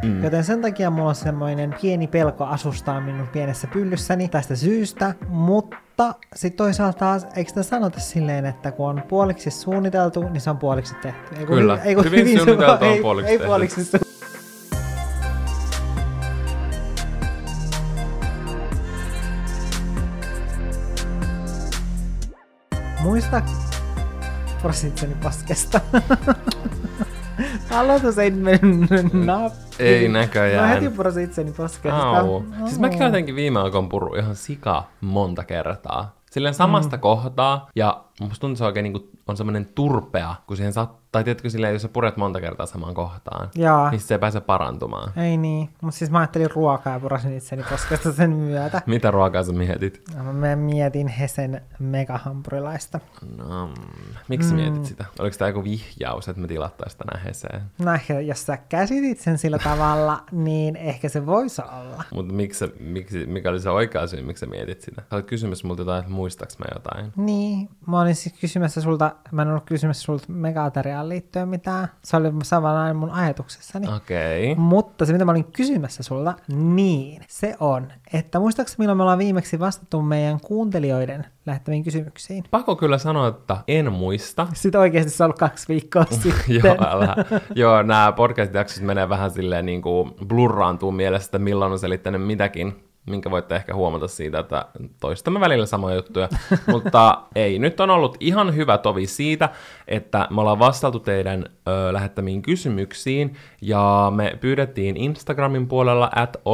Joten sen takia mulla on semmoinen pieni pelko asustaa minun pienessä pyllyssäni tästä syystä, mutta sitten toisaalta taas, eikö sitä sanota silleen, että kun on puoliksi suunniteltu, niin se on puoliksi tehty. Kyllä, hyvin suunniteltu on puoliksi tehty. Puoliksi muista prositseni paskesta. Aloitus ei mennyt nappiin. Ei näköjään. Mä heti prositseni paskesta. Siis mäkin jotenkin viime aikoina purru ihan sika monta kertaa. Silleen samasta kohtaa, ja musta tuntuu, että se oikein niin on semmoinen turpea, kun siihen tai tiedätkö silleen, jos sä puret monta kertaa samaan kohtaan, niin se ei pääse parantumaan. Ei niin, mutta siis mä ajattelin ruokaa ja purasin itseni koskesta sen myötä. Mitä ruokaa sä mietit? Mä mietin Hesen megahampurilaista. No, miksi mietit sitä? Oliko tämä joku vihjaus, että me tilattaisiin tänään Heseen? No ehkä, jos sä käsitit sen sillä tavalla, niin ehkä se voisi olla. Mutta mikä oli se oikea syy, miksi sä mietit sitä? Sä olet kysymässä multa jotain, että muistaaks mä jotain? Niin, mä olin siis kysymässä sulta, mä en ollut kysymässä sulta Megateriaan liittyen mitään. Se oli samanlainen mun ajatuksessani. Okei. Mutta se, mitä mä olin kysymässä sulta, niin se on, että muistaakseni milloin me ollaan viimeksi vastattu meidän kuuntelijoiden lähettäviin kysymyksiin? Pakko kyllä sanoa, että en muista. Sitten oikeasti se on ollut 2 viikkoa sitten. Joo, nämä podcast-jaksot menee vähän silleen niin kuin blurraantuu mielestä, milloin on selittänyt mitäkin, minkä voitte ehkä huomata siitä, että toistamme välillä samoja juttuja. Mutta ei, nyt on ollut ihan hyvä tovi siitä, että me ollaan vastattu teidän lähettämiin kysymyksiin, ja me pyydettiin Instagramin puolella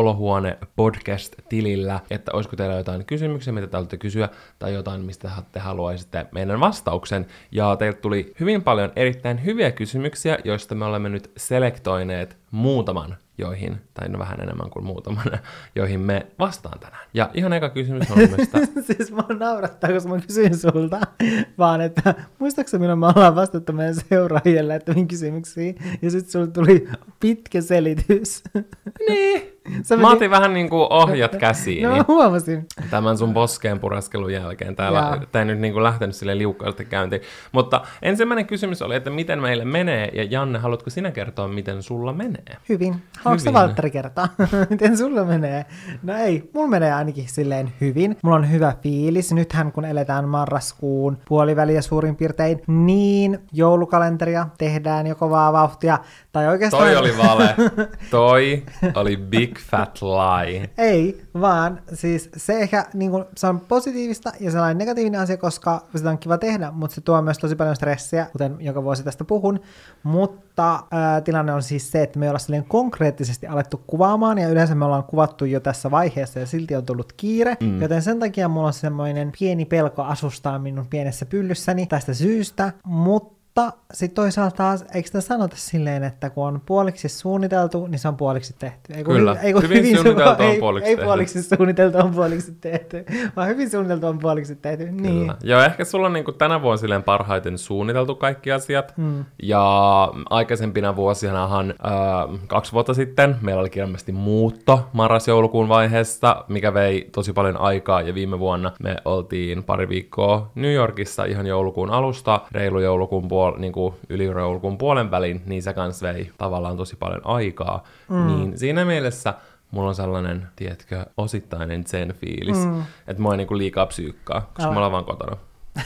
@olohuone-podcast-tilillä, että olisiko teillä jotain kysymyksiä, mitä te haluatte kysyä, tai jotain, mistä te haluaisitte meidän vastauksen. Ja teiltä tuli hyvin paljon erittäin hyviä kysymyksiä, joista me olemme nyt selektoineet muutaman, joihin, tai no vähän enemmän kuin muutaman, joihin me vastaan tänään. Ja ihan eka kysymys on mielestäni... Siis mä naurattaa, koska mä kysyin sulta, vaan että muistaakseni milloin me ollaan vastattu meidän seuraajien lähettämiin kysymyksiin, ja sitten sulle tuli pitkä selitys. Niin. Mä otin vähän niin kuin ohjat käsiin. No mä huomasin. Tämän sun poskeen pureskelun jälkeen. Tää ei nyt niin kuin lähtenyt silleen liukkaasti käyntiin. Mutta ensimmäinen kysymys oli, että miten meille menee. Ja Janne, haluatko sinä kertoa, miten sulla menee? Hyvin. Haluatko sä Valtteri kertoa, miten sulla menee? No ei, mulla menee ainakin silleen hyvin. Mulla on hyvä fiilis. Nythän kun eletään marraskuun puoliväliä suurin piirtein, niin joulukalenteria tehdään jo kovaa vauhtia. Tai oikeastaan... Toi oli vale. Toi oli big fat lie. Ei, vaan siis se ehkä niin kuin, se on positiivista ja sellainen negatiivinen asia, koska sitä on kiva tehdä, mutta se tuo myös tosi paljon stressiä, kuten joka vuosi tästä puhun. Mutta tilanne on siis se, että me ollaan silleen konkreettisesti alettu kuvaamaan, ja yleensä me ollaan kuvattu jo tässä vaiheessa, ja silti on tullut kiire, joten sen takia mulla on semmoinen pieni pelko asustaa minun pienessä pyllyssäni tästä syystä, mutta sitten toisaalta taas, eikö sitä sanota silleen, että kun on puoliksi suunniteltu, niin se on puoliksi tehty. Kyllä, hyvin suunniteltu on puoliksi tehty. Ei puoliksi suunniteltu on puoliksi tehty, vaan hyvin suunniteltu on puoliksi tehty. Kyllä. Niin. Joo, ehkä sulla on niin kuin tänä vuonna silleen parhaiten suunniteltu kaikki asiat. Ja aikaisempina vuosinahan 2 vuotta sitten meillä oli ilmeisesti muutto marras-joulukuun vaiheessa, mikä vei tosi paljon aikaa, ja viime vuonna me oltiin pari viikkoa New Yorkissa ihan joulukuun alusta, reilu joulukuun niin kuin yli joulukuun puolen välin, niin se kanssa vei tavallaan tosi paljon aikaa. Niin siinä mielessä mulla on sellainen, tiedätkö, osittainen zen-fiilis, että mua ei niin kuin liikaa psyykkaa, koska me ollaan vaan kotona.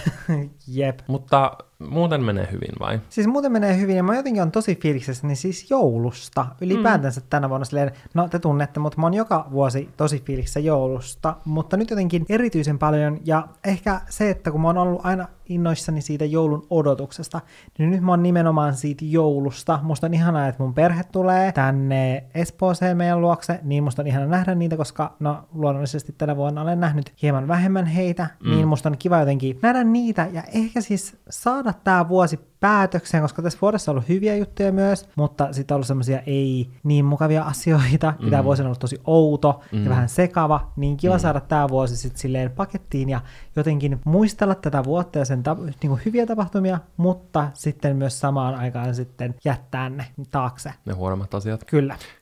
Jep. Mutta muuten menee hyvin vai? Siis muuten menee hyvin, ja mä jotenkin on tosi fiiliksessä, niin siis joulusta ylipäätänsä tänä vuonna silleen, no te tunnette, mutta mä oon joka vuosi tosi fiiliksessä joulusta, mutta nyt jotenkin erityisen paljon, ja ehkä se, että kun mä oon ollut aina innoissani siitä joulun odotuksesta, niin nyt mä oon nimenomaan siitä joulusta. Musta on ihanaa, että mun perhe tulee tänne Espooseen meidän luokse, niin musta on ihana nähdä niitä, koska no luonnollisesti tänä vuonna olen nähnyt hieman vähemmän heitä, niin musta on kiva jotenkin nähdä niitä, ja ehkä siis saada tää vuosi päätökseen, koska tässä vuodessa on ollut hyviä juttuja myös, mutta sitten on ollut semmoisia ei niin mukavia asioita, mitä vuosi on ollut tosi outo ja vähän sekava, niin kiva saada tää vuosi sitten silleen pakettiin ja jotenkin muistella tätä vuotta ja sen niinku hyviä tapahtumia, mutta sitten myös samaan aikaan sitten jättää ne taakse. Ne huonommat asiat. Kyllä.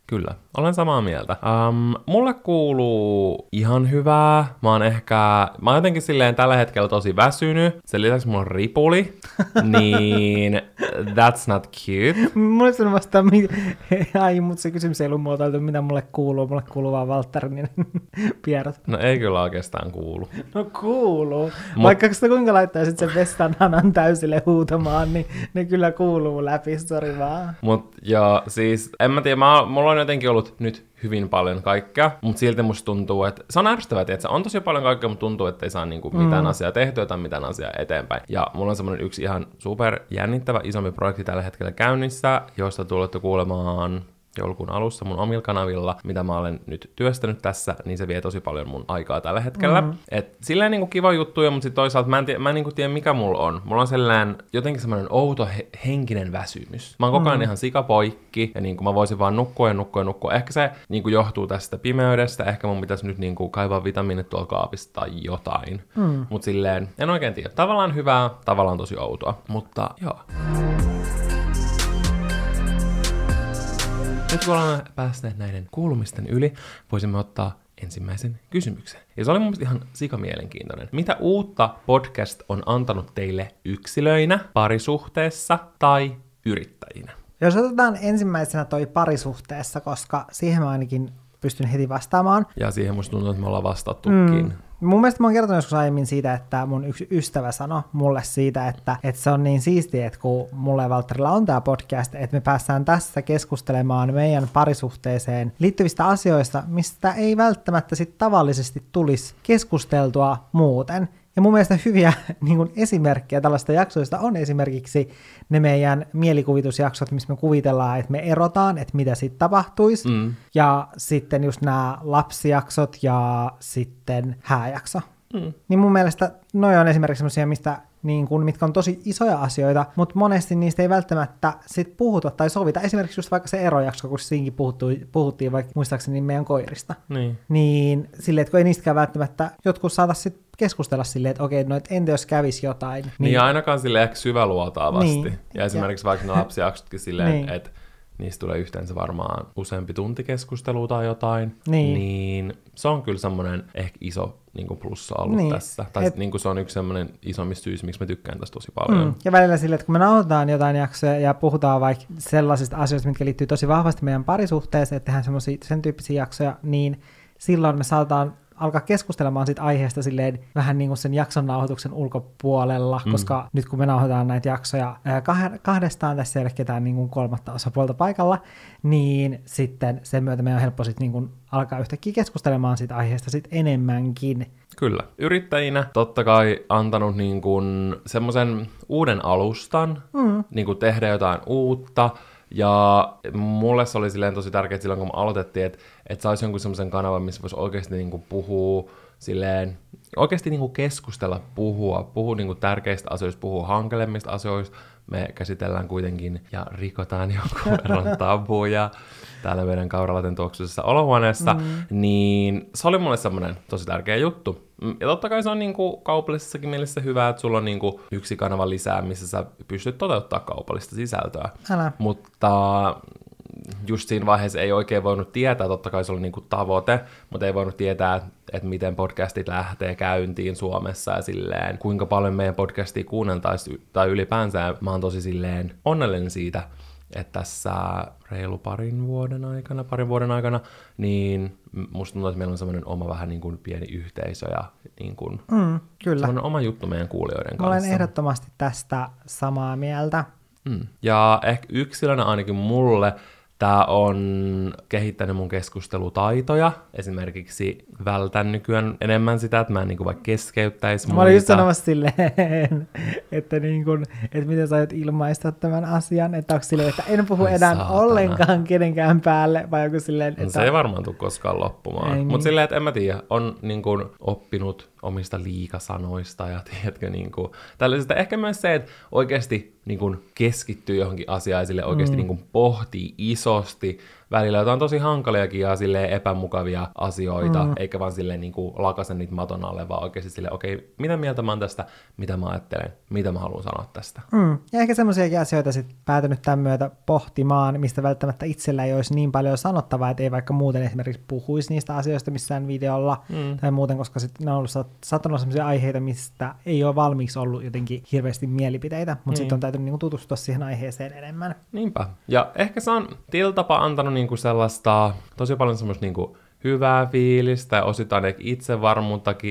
Kyllä, olen samaa mieltä. Mulle kuuluu ihan hyvää. Mä oon jotenkin silleen tällä hetkellä tosi väsynyt. Sen lisäksi mulla on ripuli. Niin that's not cute. Mulle sanoi vasta, mutta se kysymys ei ollut muotoiltu, mitä mulle kuuluu. Mulle kuuluu vaan Valtterin pierot. No ei kyllä oikeastaan kuulu. No kuuluu. Vaikka sitä kuinka laittaisit sen vestananan täysille huutamaan, niin ne kyllä kuuluu läpi, sori vaan. Mut joo, siis en mä tiedä, mulla on jotenkin ollut nyt hyvin paljon kaikkea, mutta silti musta tuntuu, että se on ärsyttävää, että on tosi paljon kaikkea, mutta tuntuu, että ei saa niinku mitään asiaa tehtyä tai mitään asiaa eteenpäin. Ja mulla on semmoinen yksi ihan super jännittävä isompi projekti tällä hetkellä käynnissä, josta tulette kuulemaan joulukuun alussa mun omilla kanavilla, mitä mä olen nyt työstänyt tässä, niin se vie tosi paljon mun aikaa tällä hetkellä. Et silleen niinku kiva juttuja, mutta sit toisaalta mä en niinku tiedä mikä mulla on. Mulla on sellainen jotenkin semmoinen outo henkinen väsymys. Mä oon koko ajan ihan sikapoikki, ja niinku mä voisin vaan nukkua. Ehkä se niinku johtuu tästä pimeydestä, ehkä mun pitäisi nyt niinku kaivaa vitamiinit tuolla kaapista tai jotain. Mut silleen, en oikein tiedä. Tavallaan hyvää, tavallaan tosi outoa, mutta joo. Nyt kun olemme päässeet näiden kuulumisten yli, voisimme ottaa ensimmäisen kysymyksen. Ja se oli mun mielestä ihan sikamielenkiintoinen. Mitä uutta podcast on antanut teille yksilöinä, parisuhteessa tai yrittäjinä? Jos otetaan ensimmäisenä toi parisuhteessa, koska siihen mä ainakin pystyn heti vastaamaan. Ja siihen musta tuntuu, että me ollaan vastattukin. Mun mielestä mä oon kertonut joskus aiemmin siitä, että mun yksi ystävä sanoi mulle siitä, että se on niin siistiä, että kun mulla ja Valtterilla on tää podcast, että me päästään tässä keskustelemaan meidän parisuhteeseen liittyvistä asioista, mistä ei välttämättä sit tavallisesti tulisi keskusteltua muuten. Ja mun mielestä hyviä niin kuin esimerkkejä tällaista jaksoista on esimerkiksi ne meidän mielikuvitusjaksot, missä me kuvitellaan, että me erotaan, että mitä sitten tapahtuisi. Ja sitten just nämä lapsijaksot ja sitten hääjakso. Niin mun mielestä noi on esimerkiksi sellaisia, mitkä on tosi isoja asioita, mutta monesti niistä ei välttämättä sit puhuta tai sovita. Esimerkiksi just vaikka se erojakso, kun siinkin puhuttiin vaikka muistaakseni meidän koirista. Niin silleen, että kun ei niistäkään välttämättä jotkut saataisiin sit keskustella silleen, että okei, no et entä jos kävisi jotain. Niin ainakaan silleen ehkä syväluotaavasti. Niin. Ja esimerkiksi vaikka ne lapsijaksotkin silleen, että niistä tulee yhteensä varmaan useampi tunti keskustelua tai jotain. Niin se on kyllä semmoinen ehkä iso niin kuin plussa ollut tässä. Tai niin kuin se on yksi semmoinen isommista syistä, miksi mä tykkään tästä tosi paljon. Ja välillä silleen, että kun me nauhoitetaan jotain jaksoja ja puhutaan vaikka sellaisista asioista, mitkä liittyy tosi vahvasti meidän parisuhteeseen, että tehdään sen tyyppisiä jaksoja, niin silloin me saataan alkaa keskustelemaan siitä aiheesta silleen vähän niin kuin sen jakson nauhoituksen ulkopuolella, koska nyt kun me nauhoitetaan näitä jaksoja kahdestaan, tässä ei ole ketään niin kuin kolmatta osapuolta paikalla, niin sitten sen myötä meidän on helppo sitten niin kuin alkaa yhtäkkiä keskustelemaan siitä aiheesta sitten enemmänkin. Kyllä. Yrittäjinä totta kai antanut niin kuin semmoisen uuden alustan, niin kuin tehdä jotain uutta. Ja mulle se oli silleen tosi tärkeää silloin, kun me aloitettiin, että saisi jonkun semmoisen kanavan, missä voisi oikeasti niinku puhua silleen, oikeasti niinku keskustella, puhua niinku tärkeistä asioista, puhua hankalemmista asioista. Me käsitellään kuitenkin ja rikotaan jonkun verran tabuja täällä meidän Kauralaten tuoksuisessa olohuoneessa, niin se oli mulle semmoinen tosi tärkeä juttu. Ja totta kai se on niinku kaupallisessakin mielessä hyvä, että sulla on niinku yksi kanava lisää, missä sä pystyt toteuttaa kaupallista sisältöä. Mutta just siinä vaiheessa ei oikein voinut tietää, totta kai se oli niinku tavoite, mutta ei voinut tietää, että miten podcastit lähtee käyntiin Suomessa ja silleen, kuinka paljon meidän podcastia kuunneltaisiin tai ylipäänsä. Mä oon tosi silleen onnellinen siitä, että tässä reilu parin vuoden aikana, niin musta tuntuu, että meillä on semmoinen oma vähän niin kuin pieni yhteisö ja niin kuin kyllä. Semmoinen oma juttu meidän kuulijoiden kanssa. Mä olen ehdottomasti tästä samaa mieltä. Ja ehkä yksilönä ainakin mulle tää on kehittänyt mun keskustelutaitoja. Esimerkiksi vältän nykyään enemmän sitä, että mä en niinku vaikka keskeyttäisi muita. Mä olin just sanomassa silleen, että miten sä aiot ilmaista tämän asian, että onko silleen, että en puhu enää ollenkaan kenenkään päälle, vai joku silleen, että... Se ei varmaan tule koskaan loppumaan. Mutta silleen, että en mä tiedä, on niinku oppinut omista liikasanoista ja tiedätkö niinku tällaisesta. Ehkä myös se, että oikeasti niinku keskittyy johonkin asiaan ja sille oikeasti niinku pohtii isoja isosti välillä jotain tosi hankaliakin ja silleen epämukavia asioita, eikä vaan silleen niin kuin lakasen niitä maton alle, vaan oikeasti silleen, okei, mitä mieltä mä oon tästä, mitä mä ajattelen, mitä mä haluan sanoa tästä. Ja ehkä semmoisiakin asioita sitten päätynyt tämän myötä pohtimaan, mistä välttämättä itsellä ei olisi niin paljon sanottavaa, että ei vaikka muuten esimerkiksi puhuisi niistä asioista missään videolla tai muuten, koska sitten ne on ollut saattanut semmoisia aiheita, mistä ei ole valmiiksi ollut jotenkin hirveästi mielipiteitä, mutta sitten on täytynyt niinku tutustua siihen aiheeseen enemmän. Niinpä. Ja ehkä se on tietyllä tapaa antanut niinku sellaista, tosi paljon semmoista niinku hyvää fiilistä ja osittain ehkä itsevarmuuttakin,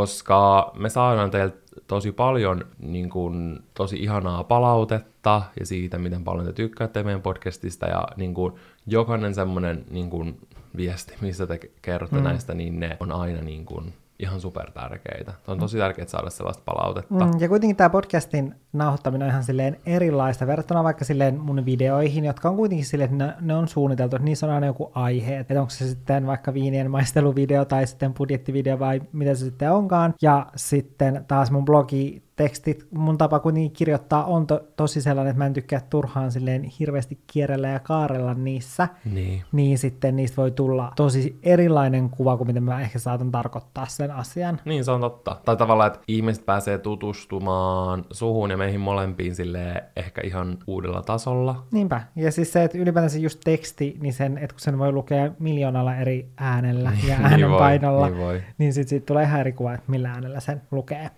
koska me saadaan teiltä tosi paljon niin kuin, tosi ihanaa palautetta ja siitä, miten paljon te tykkäätte meidän podcastista ja niin kuin, jokainen semmoinen niin kuin, viesti, missä te kerrotte näistä, niin ne on aina niin kuin, ihan super tärkeitä. Se on tosi tärkeää saada sellaista palautetta. Ja kuitenkin tämä podcastin nauhoittaminen on ihan silleen erilaista verrattuna vaikka silleen mun videoihin, jotka on kuitenkin silleen, että ne on suunniteltu, että niissä on aina joku aihe, että onko se sitten vaikka viinien maisteluvideo tai sitten budjettivideo vai mitä se sitten onkaan. Ja sitten taas mun blogitekstit, mun tapa kuitenkin kirjoittaa on tosi sellainen, että mä en tykkää turhaan silleen hirveästi kierrellä ja kaarella niissä. Niin sitten niistä voi tulla tosi erilainen kuva kuin miten mä ehkä saatan tarkoittaa sen asian. Niin, se on totta. Tai tavallaan, että ihmiset pääsee tutustumaan suhun ja meihin molempiin silleen ehkä ihan uudella tasolla. Niinpä. Ja siis se, että ylipäätänsä just teksti, niin sen, että kun sen voi lukea miljoonalla eri äänellä ja äänenpainolla, niin sitten siitä tulee ihan eri kuva, että millä äänellä sen lukee.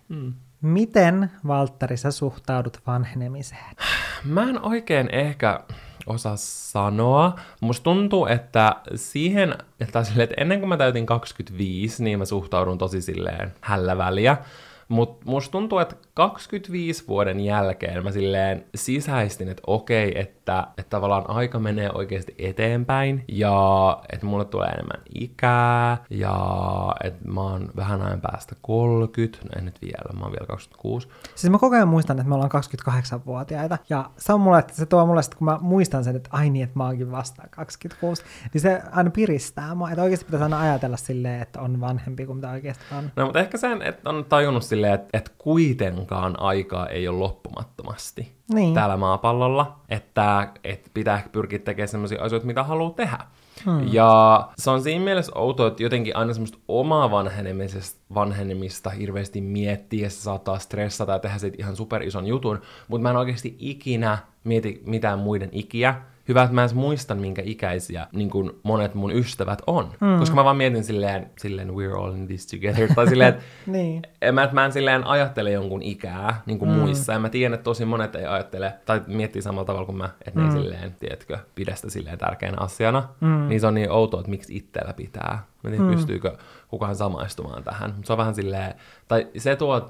Miten, Valtteri, sä suhtaudut vanhenemiseen? Mä en oikein ehkä osaa sanoa. Musta tuntuu, että siihen, että ennen kuin mä täytin 25, niin mä suhtaudun tosi silleen hällä väliä. Mutta musta tuntuu, että 25 vuoden jälkeen mä silleen sisäistin, että okei, että tavallaan aika menee oikeasti eteenpäin ja että mulle tulee enemmän ikää ja että mä oon vähän ajan päästä 30, no en nyt vielä, mä oon vielä 26. Siis mä koko ajan muistan, että me ollaan 28-vuotiaita ja se on mulle, että se tuo mulle, kun mä muistan sen, että ai niin, että mä oonkin vasta 26, niin se aina piristää mua, että oikeasti pitäisi aina ajatella silleen, että on vanhempi kuin mitä oikeasti on. No mutta ehkä sen, että on tajunnut silleen, että kuitenkaan aikaa ei ole loppumattomasti täällä maapallolla, että pitää ehkä pyrkiä tekemään sellaisia asioita, mitä haluaa tehdä. Ja se on siinä mielessä outoa, että jotenkin aina semmoista omaa vanhenemista hirveästi miettiä, ja se saattaa stressata ja tehdä siitä ihan superison jutun, mutta mä en oikeasti ikinä mieti mitään muiden ikiä. Hyvä, että mä en muistan, minkä ikäisiä niin kuin monet mun ystävät on. Koska mä vaan mietin silleen we're all in this together. Tai silleen, että mä en silleen ajattele jonkun ikää niin kuin muissa. Ja mä tiedän, että tosi monet ei ajattele, tai miettii samalla tavalla kuin mä, että ne ei silleen, tiedätkö, pidä sitä silleen tärkeänä asiana. Niin se on niin outoa, että miksi itsellä pitää. Mä tiedän, pystyykö kukaan samaistumaan tähän. Mutta se on vähän silleen, tai se tuo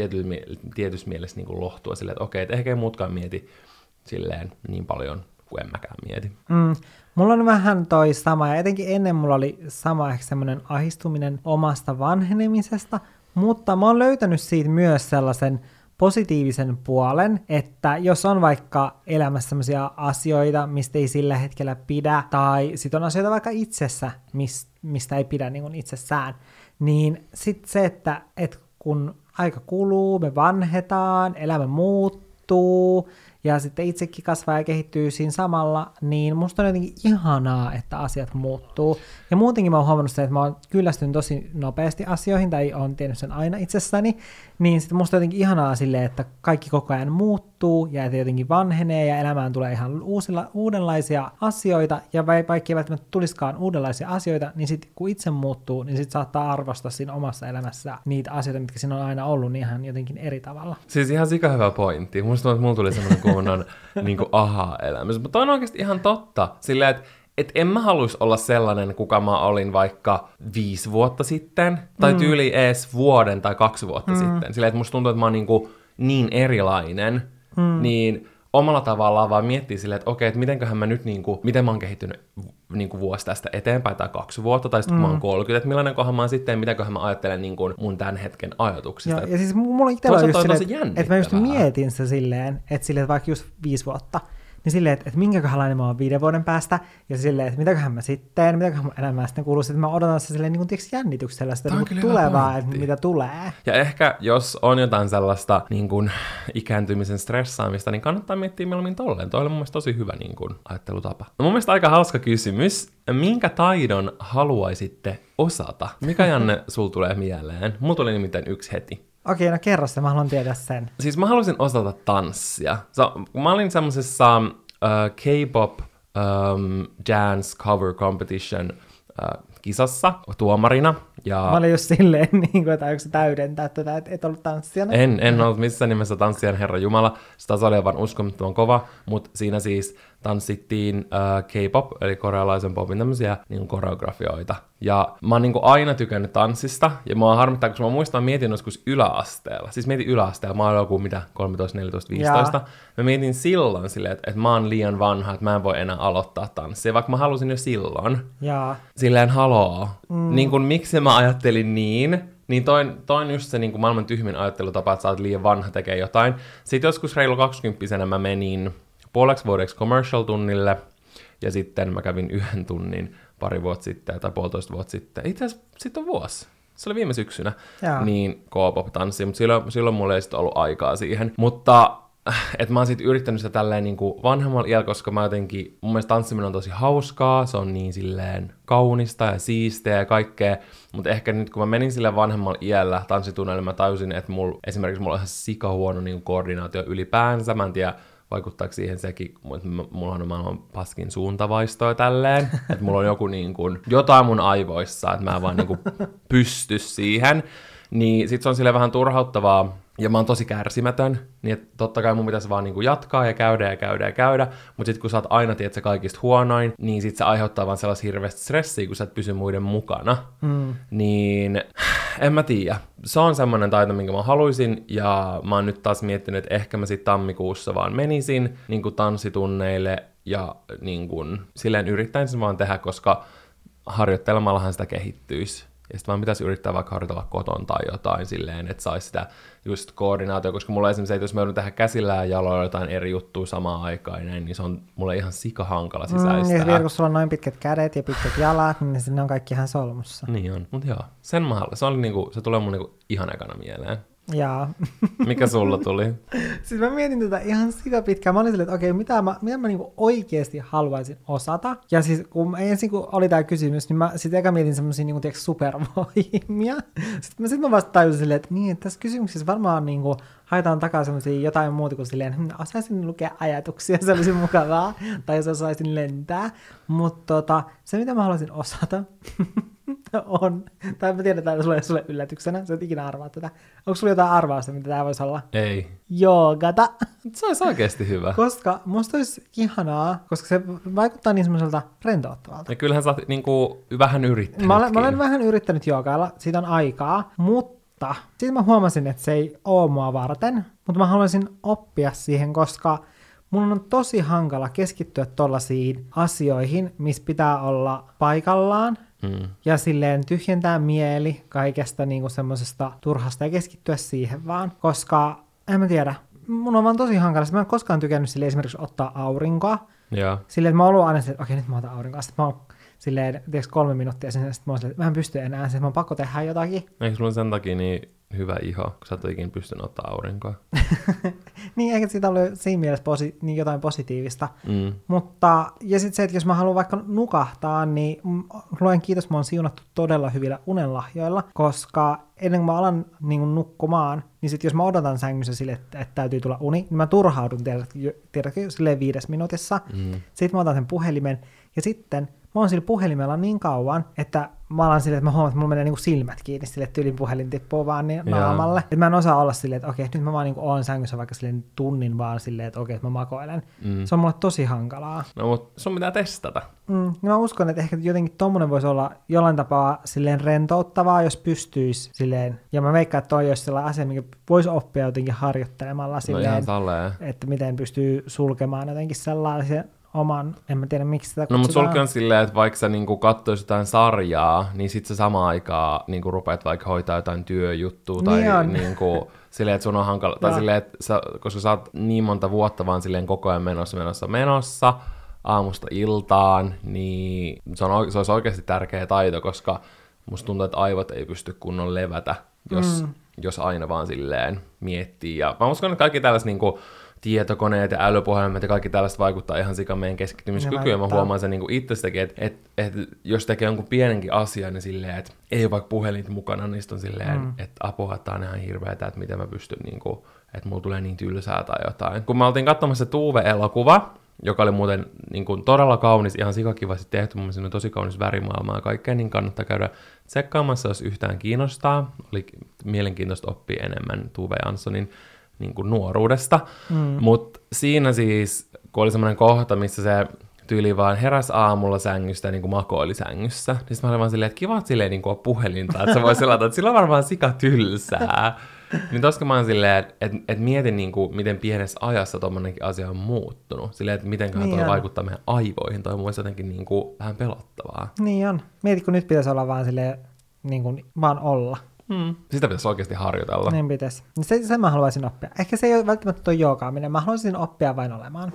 tietyssä mielessä niin kuin lohtua silleen, että okei, että ehkä ei muutkaan mieti silleen niin paljon kuin en mäkään mieti. Mulla on vähän toi sama, ja etenkin ennen mulla oli sama ehkä semmoinen ahistuminen omasta vanhenemisesta, mutta mä oon löytänyt siitä myös sellaisen positiivisen puolen, että jos on vaikka elämässä sellaisia asioita, mistä ei sillä hetkellä pidä, tai sit on asioita vaikka itsessä, mistä ei pidä niin kuin itsessään, niin sit se, että kun aika kuluu, me vanhetaan, elämä muuttuu, ja sitten itsekin kasvaa ja kehittyy siinä samalla, niin musta on jotenkin ihanaa, että asiat muuttuu. Ja muutenkin mä oon huomannut sen, että mä oon kyllästynyt tosi nopeasti asioihin, tai oon tiennyt sen aina itsessäni, niin sitten musta on jotenkin ihanaa silleen, että kaikki koko ajan muuttuu, ja että jotenkin vanhenee, ja elämään tulee ihan uudenlaisia asioita, ja vaikka ei välttämättä tulisikaan uudenlaisia asioita, niin sitten kun itse muuttuu, niin sitten saattaa arvostaa siinä omassa elämässä niitä asioita, mitkä siinä on aina ollut, niin ihan jotenkin eri tavalla. Siis ihan sika hyvä pointti. Musta tuntuu, että mulla tuli semmoinen kunnon niin aha-elämys. Mutta on oikeasti ihan totta. Silleen, että en mä haluaisi olla sellainen, kuka mä olin vaikka 5 vuotta sitten, tai tyyli edes vuoden tai 2 vuotta sitten. Silleen, että musta tuntuu, että mä oon niin erilainen, niin omalla tavallaan vaan miettii silleen, että okei, että mitenköhän mä nyt, miten mä oon kehittynyt vuosi tästä eteenpäin tai 2 vuotta, tai sitten kun mä oon 30, että millainen kohan mä oon sitten, mitäköhän mä ajattelen mun tämän hetken ajatuksista. Ja siis mulla itsellä on just silleen, että mä just mietin sitä silleen, että vaikka just 5 vuotta, niin silleen, että minkäköhänlainen mä oon 5 vuoden päästä, ja silleen, että mitäköhän mä sitten, mitäköhän elämää sitten kuuluu, että mä odotan sitä silleen niin kuin jännityksellä sitä niin kuin tulevaa, että mitä tulee. Ja ehkä jos on jotain sellaista niin kuin ikääntymisen stressaamista, niin kannattaa miettiä mieluummin tolleen. Toi oli mun mielestä tosi hyvä niin kuin ajattelutapa. No mun mielestä aika hauska kysymys. Minkä taidon haluaisitte osata? Mikä, Janne, sul tulee mieleen? Mulla tuli nimittäin yksi heti. Okei, no kerro se, mä haluan tietää sen. Siis mä halusin osata tanssia. Mä olin semmosessa K-pop dance cover competition kisassa tuomarina. Ja mä olin just silleen, että onko se täydentää tätä, että et ollut tanssijana. En ollut missään nimessä tanssijan, herra jumala. Se taso oli aivan uskomattoman kova, mutta siinä siis tanssittiin K-pop, eli korealaisen popin tämmöisiä niin koreografioita. Ja mä oon niin aina tykännyt tanssista, ja mua harmittaa, koska mä muistan, mietin joskus yläasteella. Siis mietin yläasteella, mä olin joku 13, 14, 15. Mä mietin silloin silleen, että mä oon liian vanha, että mä en voi enää aloittaa tanssia, vaikka mä halusin jo silloin. Silleen haloo. Niin kuin miksi mä ajattelin niin toi on just se niin kuin maailman tyhmin ajattelutapa, että sä oot liian vanha tekee jotain. Sitten joskus reilu 20-vuotiaana mä menin puoleksi vuodeksi commercial-tunnille, ja sitten mä kävin 1 tunnin pari vuotta sitten, tai 1,5 vuotta sitten. Itse asiassa sitten on vuosi. Se oli viime syksynä, niin K-pop-tanssi, mutta silloin mulla ei sitten ollut aikaa siihen. Mutta että mä oon sitten yrittänyt sitä tälleen niin kuin vanhemmalla iällä, koska mä jotenkin, mun mielestä tanssiminen on tosi hauskaa, se on niin silleen kaunista ja siisteä ja kaikkea, mutta ehkä nyt kun mä menin sille vanhemmalla iällä tanssitunneille, mä tajusin, että esimerkiksi mulla on ihan sikahuono niin koordinaatio ylipäänsä, mä en tiedä, vaikuttaako siihen sekin, mutta mulla on maailman paskin suuntavaistoa tälleen, että mulla on joku niin kuin, jotain mun aivoissa, että mä en vaan niin kuin pysty siihen, niin sit se on silleen vähän turhauttavaa, ja mä oon tosi kärsimätön, niin että totta kai mun pitäisi vaan niinku jatkaa ja käydä, mutta sit kun sä oot aina, tiedät, kaikista huonoin, niin sit se aiheuttaa vaan sellaista hirveästi stressiä, kun sä et pysy muiden mukana. Niin en mä tiedä. Se on semmoinen taito, minkä mä haluaisin, ja mä oon nyt taas miettinyt, että ehkä mä sit tammikuussa vaan menisin niinku tanssitunneille, ja niinku, silleen yrittäisin vaan tehdä, koska harjoittelemallahan sitä kehittyisi. Ja sitten vaan pitäisi yrittää vaikka harjoitella koton tai jotain silleen, että saisi sitä just koordinaatio, koska mulla esimerkiksi, että jos mä joudun tehdä käsillä ja jaloilla jotain eri juttuja samaan aikaan, niin se on mulle ihan sikahankala sisäistää. Ja vielä kun sulla on noin pitkät kädet ja pitkät jalat, niin sinne on kaikki ihan solmussa. Niin on, mutta joo, se tulee mun niinku ihan ekana mieleen. Jaa. Mikä sulla tuli? Siis mä mietin tätä ihan sikapitkään. Mä olin silleen, että okei, mitä mä niinku oikeasti haluaisin osata. Ja siis ensin kun oli tää kysymys, niin mä sitten eka mietin semmosia niinku supervoimia. Sitten mä vasta tajusin silleen, että niin, että tässä kysymyksessä varmaan niinku haetaan takaa semmosia jotain muuta kuin silleen, osaisin lukea ajatuksia, se olisi mukavaa. Tai jos osaisin lentää. Mutta se mitä mä haluaisin osata on, tai mä tiedän, että tämä sulle yllätyksenä, sä et ikinä arvaa tätä. Onko sulla jotain arvausta, mitä tää voisi olla? Ei. Joogata. Se olisi oikeasti hyvä. Koska musta olisi ihanaa, koska se vaikuttaa niin semmoiselta rentouttavalta. Ja kyllähän sä oot niinku vähän yrittänytkin. Mä olen vähän yrittänyt joogailla, siitä on aikaa, mutta sitten mä huomasin, että se ei oo mua varten, mutta mä haluaisin oppia siihen, koska mun on tosi hankala keskittyä tollaisiin asioihin, missä pitää olla paikallaan, ja silleen tyhjentää mieli kaikesta niinku semmosesta turhasta ja keskittyä siihen vaan, koska en mä tiedä, mun on vaan tosi hankala. Mä en koskaan tykännyt silleen esimerkiksi ottaa aurinkoa. Ja. Silleen, että mä oon ollut aina silleen, että okei, nyt mä otan aurinkoa. Sitten mä oon silleen, tiiäks 3 minuuttia sen, sitten mä oon silleen, että mä en pysty enää, sitten mä oon pakko tehdä jotakin. Eikö sulla sen takia niin hyvä iho, kun sä et ole ikinä pystynyt ottaa aurinkoa? Niin, eikä siitä ole siinä mielessä niin jotain positiivista. Mutta, ja sitten se, että jos mä haluan vaikka nukahtaa, niin luen kiitos, mä oon siunattu todella hyvillä unenlahjoilla, koska ennen kuin mä alan niin nukkumaan, niin sitten jos mä odotan sängyssä sille, että täytyy tulla uni, niin mä turhaudun, tiedätkö, silleen 5 minuutissa. Sitten mä otan sen puhelimen, ja sitten mä oon sillä puhelimella niin kauan, että mä alan silleen, että mä huomaan, että mulla menee niinku silmät kiinni silleen, että tyylin puhelin tippuu vaan niin naamalle. Että mä en osaa olla silleen, että okei, nyt mä vaan niinku oon sängyssä vaikka silleen tunnin vaan silleen, että okei, että mä makoilen. Se on mulle tosi hankalaa. No, mutta sun pitää testata. Ja mä uskon, että ehkä jotenkin tommonen voisi olla jollain tapaa silleen rentouttavaa, jos pystyisi silleen. Ja mä veikkaan, että toi olisi sellainen asia, mikä voisi oppia jotenkin harjoittelemalla silleen, että miten pystyy sulkemaan jotenkin sellaisia oman, en mä tiedä miksi sitä No, mutta kutsutaan. sulki on silleen, että vaikka sä niinku katsoisit jotain sarjaa, niin sit sä samaan aikaan niinku rupeat vaikka hoitaa jotain työjuttua tai niinku silleen, että sun on hankala, tai silleen, että koska sä oot niin monta vuotta vaan silleen koko ajan menossa, aamusta iltaan, niin se olisi oikeasti tärkeä taito, koska musta tuntuu, että aivot ei pysty kunnon levätä, jos aina vaan silleen miettii. Ja mä uskon, että kaikki tällaiset niinku tietokoneet ja älypuhelimet ja kaikki tällaista vaikuttaa ihan sikan meidän keskittymiskykyyn. Ja mä huomaan sen niinku itsestäkin, että jos tekee jonkun pienenkin asian, niin silleen, että ei ole vaikka puhelinta mukana, niin on silleen, että apua, että on ihan hirveetä, että miten mä pystyn, niinku, että mulla tulee niin tylsää tai jotain. Kun mä oltiin katsomassa Tuve-elokuva, joka oli muuten niin kuin todella kaunis, ihan sikakivasti tehty, mun mielestä tosi kaunis värimaailma ja kaikkea, niin kannattaa käydä tsekkaamassa, jos yhtään kiinnostaa. Oli mielenkiintoista oppia enemmän Tuve Janssonin niin kuin nuoruudesta. Mutta siinä siis, kun oli semmoinen kohta, missä se tyyli vaan heräsi aamulla sängystä ja niin kuin makoili sängyssä, niin sitten mä olin vaan silleen, että kiva silleen niin kuin puhelinta, että se voi selata, että sillä on varmaan sika tylsää. Niin toska mä oon silleen, että mietin niinku, miten pienessä ajassa tommonenkin asia on muuttunut. Silleen, että mitenköhän toi vaikuttaa meidän aivoihin. Toi on mun mielestä jotenkin niinku vähän pelottavaa. Niin on. Mieti, kun nyt pitäisi olla vaan silleen, niin kuin, vaan olla. Sitä pitäisi oikeasti harjoitella. Niin pitäisi. Sen mä haluaisin oppia. Ehkä se ei ole välttämättä tuo joogaaminen. Mä haluaisin oppia vain olemaan.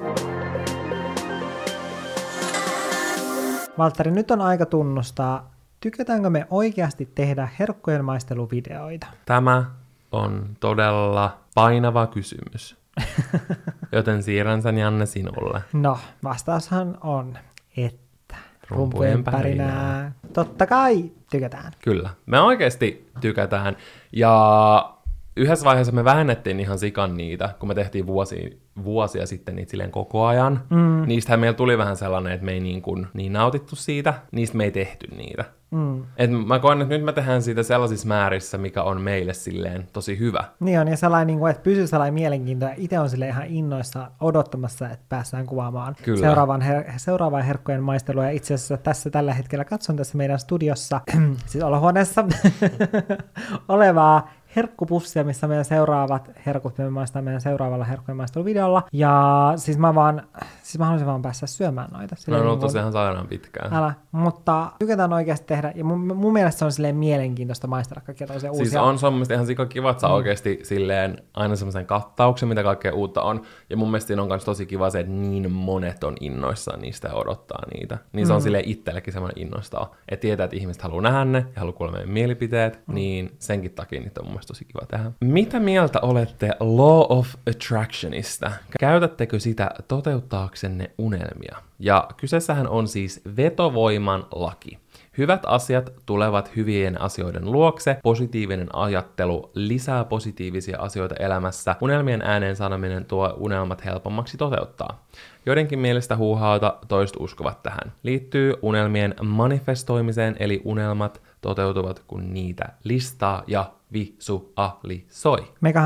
Valtteri, nyt on aika tunnustaa, tykätäänkö me oikeasti tehdä herkkujen maisteluvideoita? Tämä on todella painava kysymys. Joten siirrän sen, Janne, sinulle. No, vastaushan on, että rumpujen pärinää. Totta kai tykätään. Kyllä, me oikeasti tykätään. Ja yhdessä vaiheessa me vähennettiin ihan sikan niitä, kun me tehtiin vuosia sitten niitä silleen koko ajan. Niistähän meillä tuli vähän sellainen, että me ei niin nautittu siitä, niistä me ei tehty niitä. Et mä koen, että nyt me tehdään siitä sellaisissa määrissä, mikä on meille silleen tosi hyvä. Niin on, ja sellainen, että pysyy sellainen mielenkiinto, ja itse on sille ihan innoissa odottamassa, että päästään kuvaamaan seuraavaan herkkojen maistelua, ja itse asiassa tässä tällä hetkellä katson tässä meidän studiossa, siis olohuoneessa, olevaa herkkupussia, missä meidän seuraavat herkut me maistaa meidän seuraavalla herkkujen maisteluvideolla. Ja siis mä haluaisin vaan päästä syömään noita. No on ollut tosiaan sairaan pitkään. Mutta tykätään oikeasti tehdä, ja mun mielestä se on silleen mielenkiintoista maistella kaikkia toisia uusia. Siis on semmoista ihan sikakiva, että saa oikeasti silleen aina semmoisen kattauksen, mitä kaikkea uutta on. Ja mun mielestä siinä on myös tosi kiva se, että niin monet on innoissaan niistä ja odottaa niitä. Niin se on silleen itsellekin semmoinen innostaa. Että tietää, että ihmiset haluaa nähdä ne ja haluaa kuulla meidän mielipiteet, niin senkin takia niitä on mun mielestä tosi kiva tehdä. Mitä mieltä olette Law of Attractionista? Käytättekö sitä toteuttaaksenne unelmia? Ja kyseessähän on siis vetovoiman laki. Hyvät asiat tulevat hyvien asioiden luokse, positiivinen ajattelu lisää positiivisia asioita elämässä, unelmien ääneen sanominen tuo unelmat helpommaksi toteuttaa. Joidenkin mielestä huuhaata, toiset uskovat tähän. Liittyy unelmien manifestoimiseen, eli unelmat toteutuvat, kun niitä listaa ja visualisoi.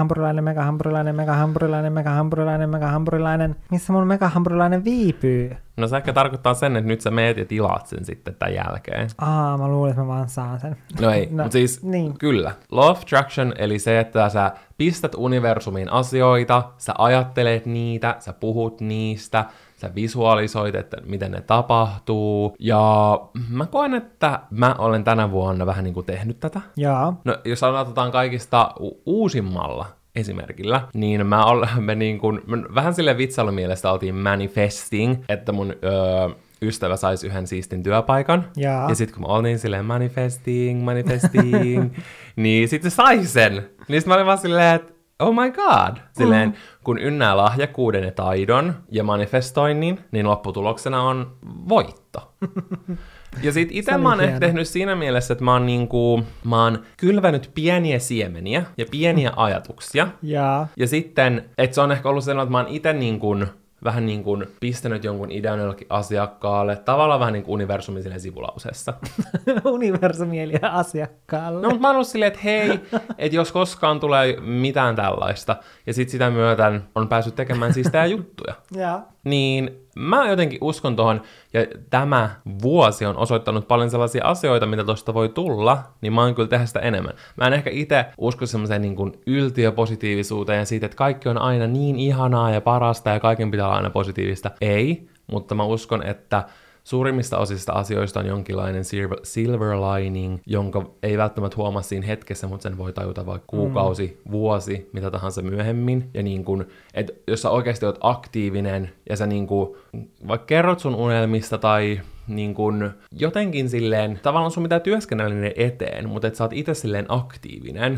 Megahampurilainen. Missä mun megahampurilainen viipyy? No se ehkä tarkoittaa sen, että nyt sä meet ja tilaat sen sitten tämän jälkeen. Mä luulin, että mä vaan saan sen. No ei, mutta siis kyllä. Law of Attraction, eli se, että sä pistät universumiin asioita, sä ajattelet niitä, sä puhut niistä, sä visualisoit, että miten ne tapahtuu. Ja mä koen, että mä olen tänä vuonna vähän niin kuin tehnyt tätä. Jaa. No jos aloitetaan kaikista uusimmalla esimerkillä, niin me vähän silleen vitsailumielestä oltiin manifesting, että mun ystävä saisi yhden siistin työpaikan. Ja sitten kun me oltiin silleen manifesting, niin sitten se sai sen. Niin sitten mä olin vaan silleen, että oh my god! Silleen, kun ynnää lahjakkuuden ja taidon ja manifestoinnin, niin lopputuloksena on voitto. Ja sit ite mä oon ehkä tehnyt siinä mielessä, että mä oon kylvänyt pieniä siemeniä ja pieniä ajatuksia. Ja sitten, että se on ehkä ollut sellainen, että mä oon ite vähän niin kuin pistänyt jonkun idean jollekin asiakkaalle, tavallaan vähän niin kuin universumi silleen sivulauseessa. Universumi eli asiakkaalle. No, mutta mä oon ollut silleen, että hei, että jos koskaan tulee mitään tällaista, ja sit sitä myöten on päässyt tekemään siis tää juttuja. Niin mä jotenkin uskon tohon, ja tämä vuosi on osoittanut paljon sellaisia asioita, mitä tosta voi tulla, niin mä oon kyllä tehdä sitä enemmän. Mä en ehkä itse usko semmoiseen niin kuin yltiöpositiivisuuteen ja siitä, että kaikki on aina niin ihanaa ja parasta ja kaiken pitää olla aina positiivista. Ei, mutta mä uskon, että suurimmista osista asioista on jonkinlainen silver lining, jonka ei välttämättä huomaa siinä hetkessä, mutta sen voi tajuta vaikka kuukausi, vuosi, mitä tahansa myöhemmin. Ja niin kun, että jos sä oikeasti oot aktiivinen ja sä niin kun, vaikka kerrot sun unelmista tai niin kun, jotenkin silleen, tavallaan sun pitää työskennellä niiden eteen, mutta että sä oot itse silleen aktiivinen,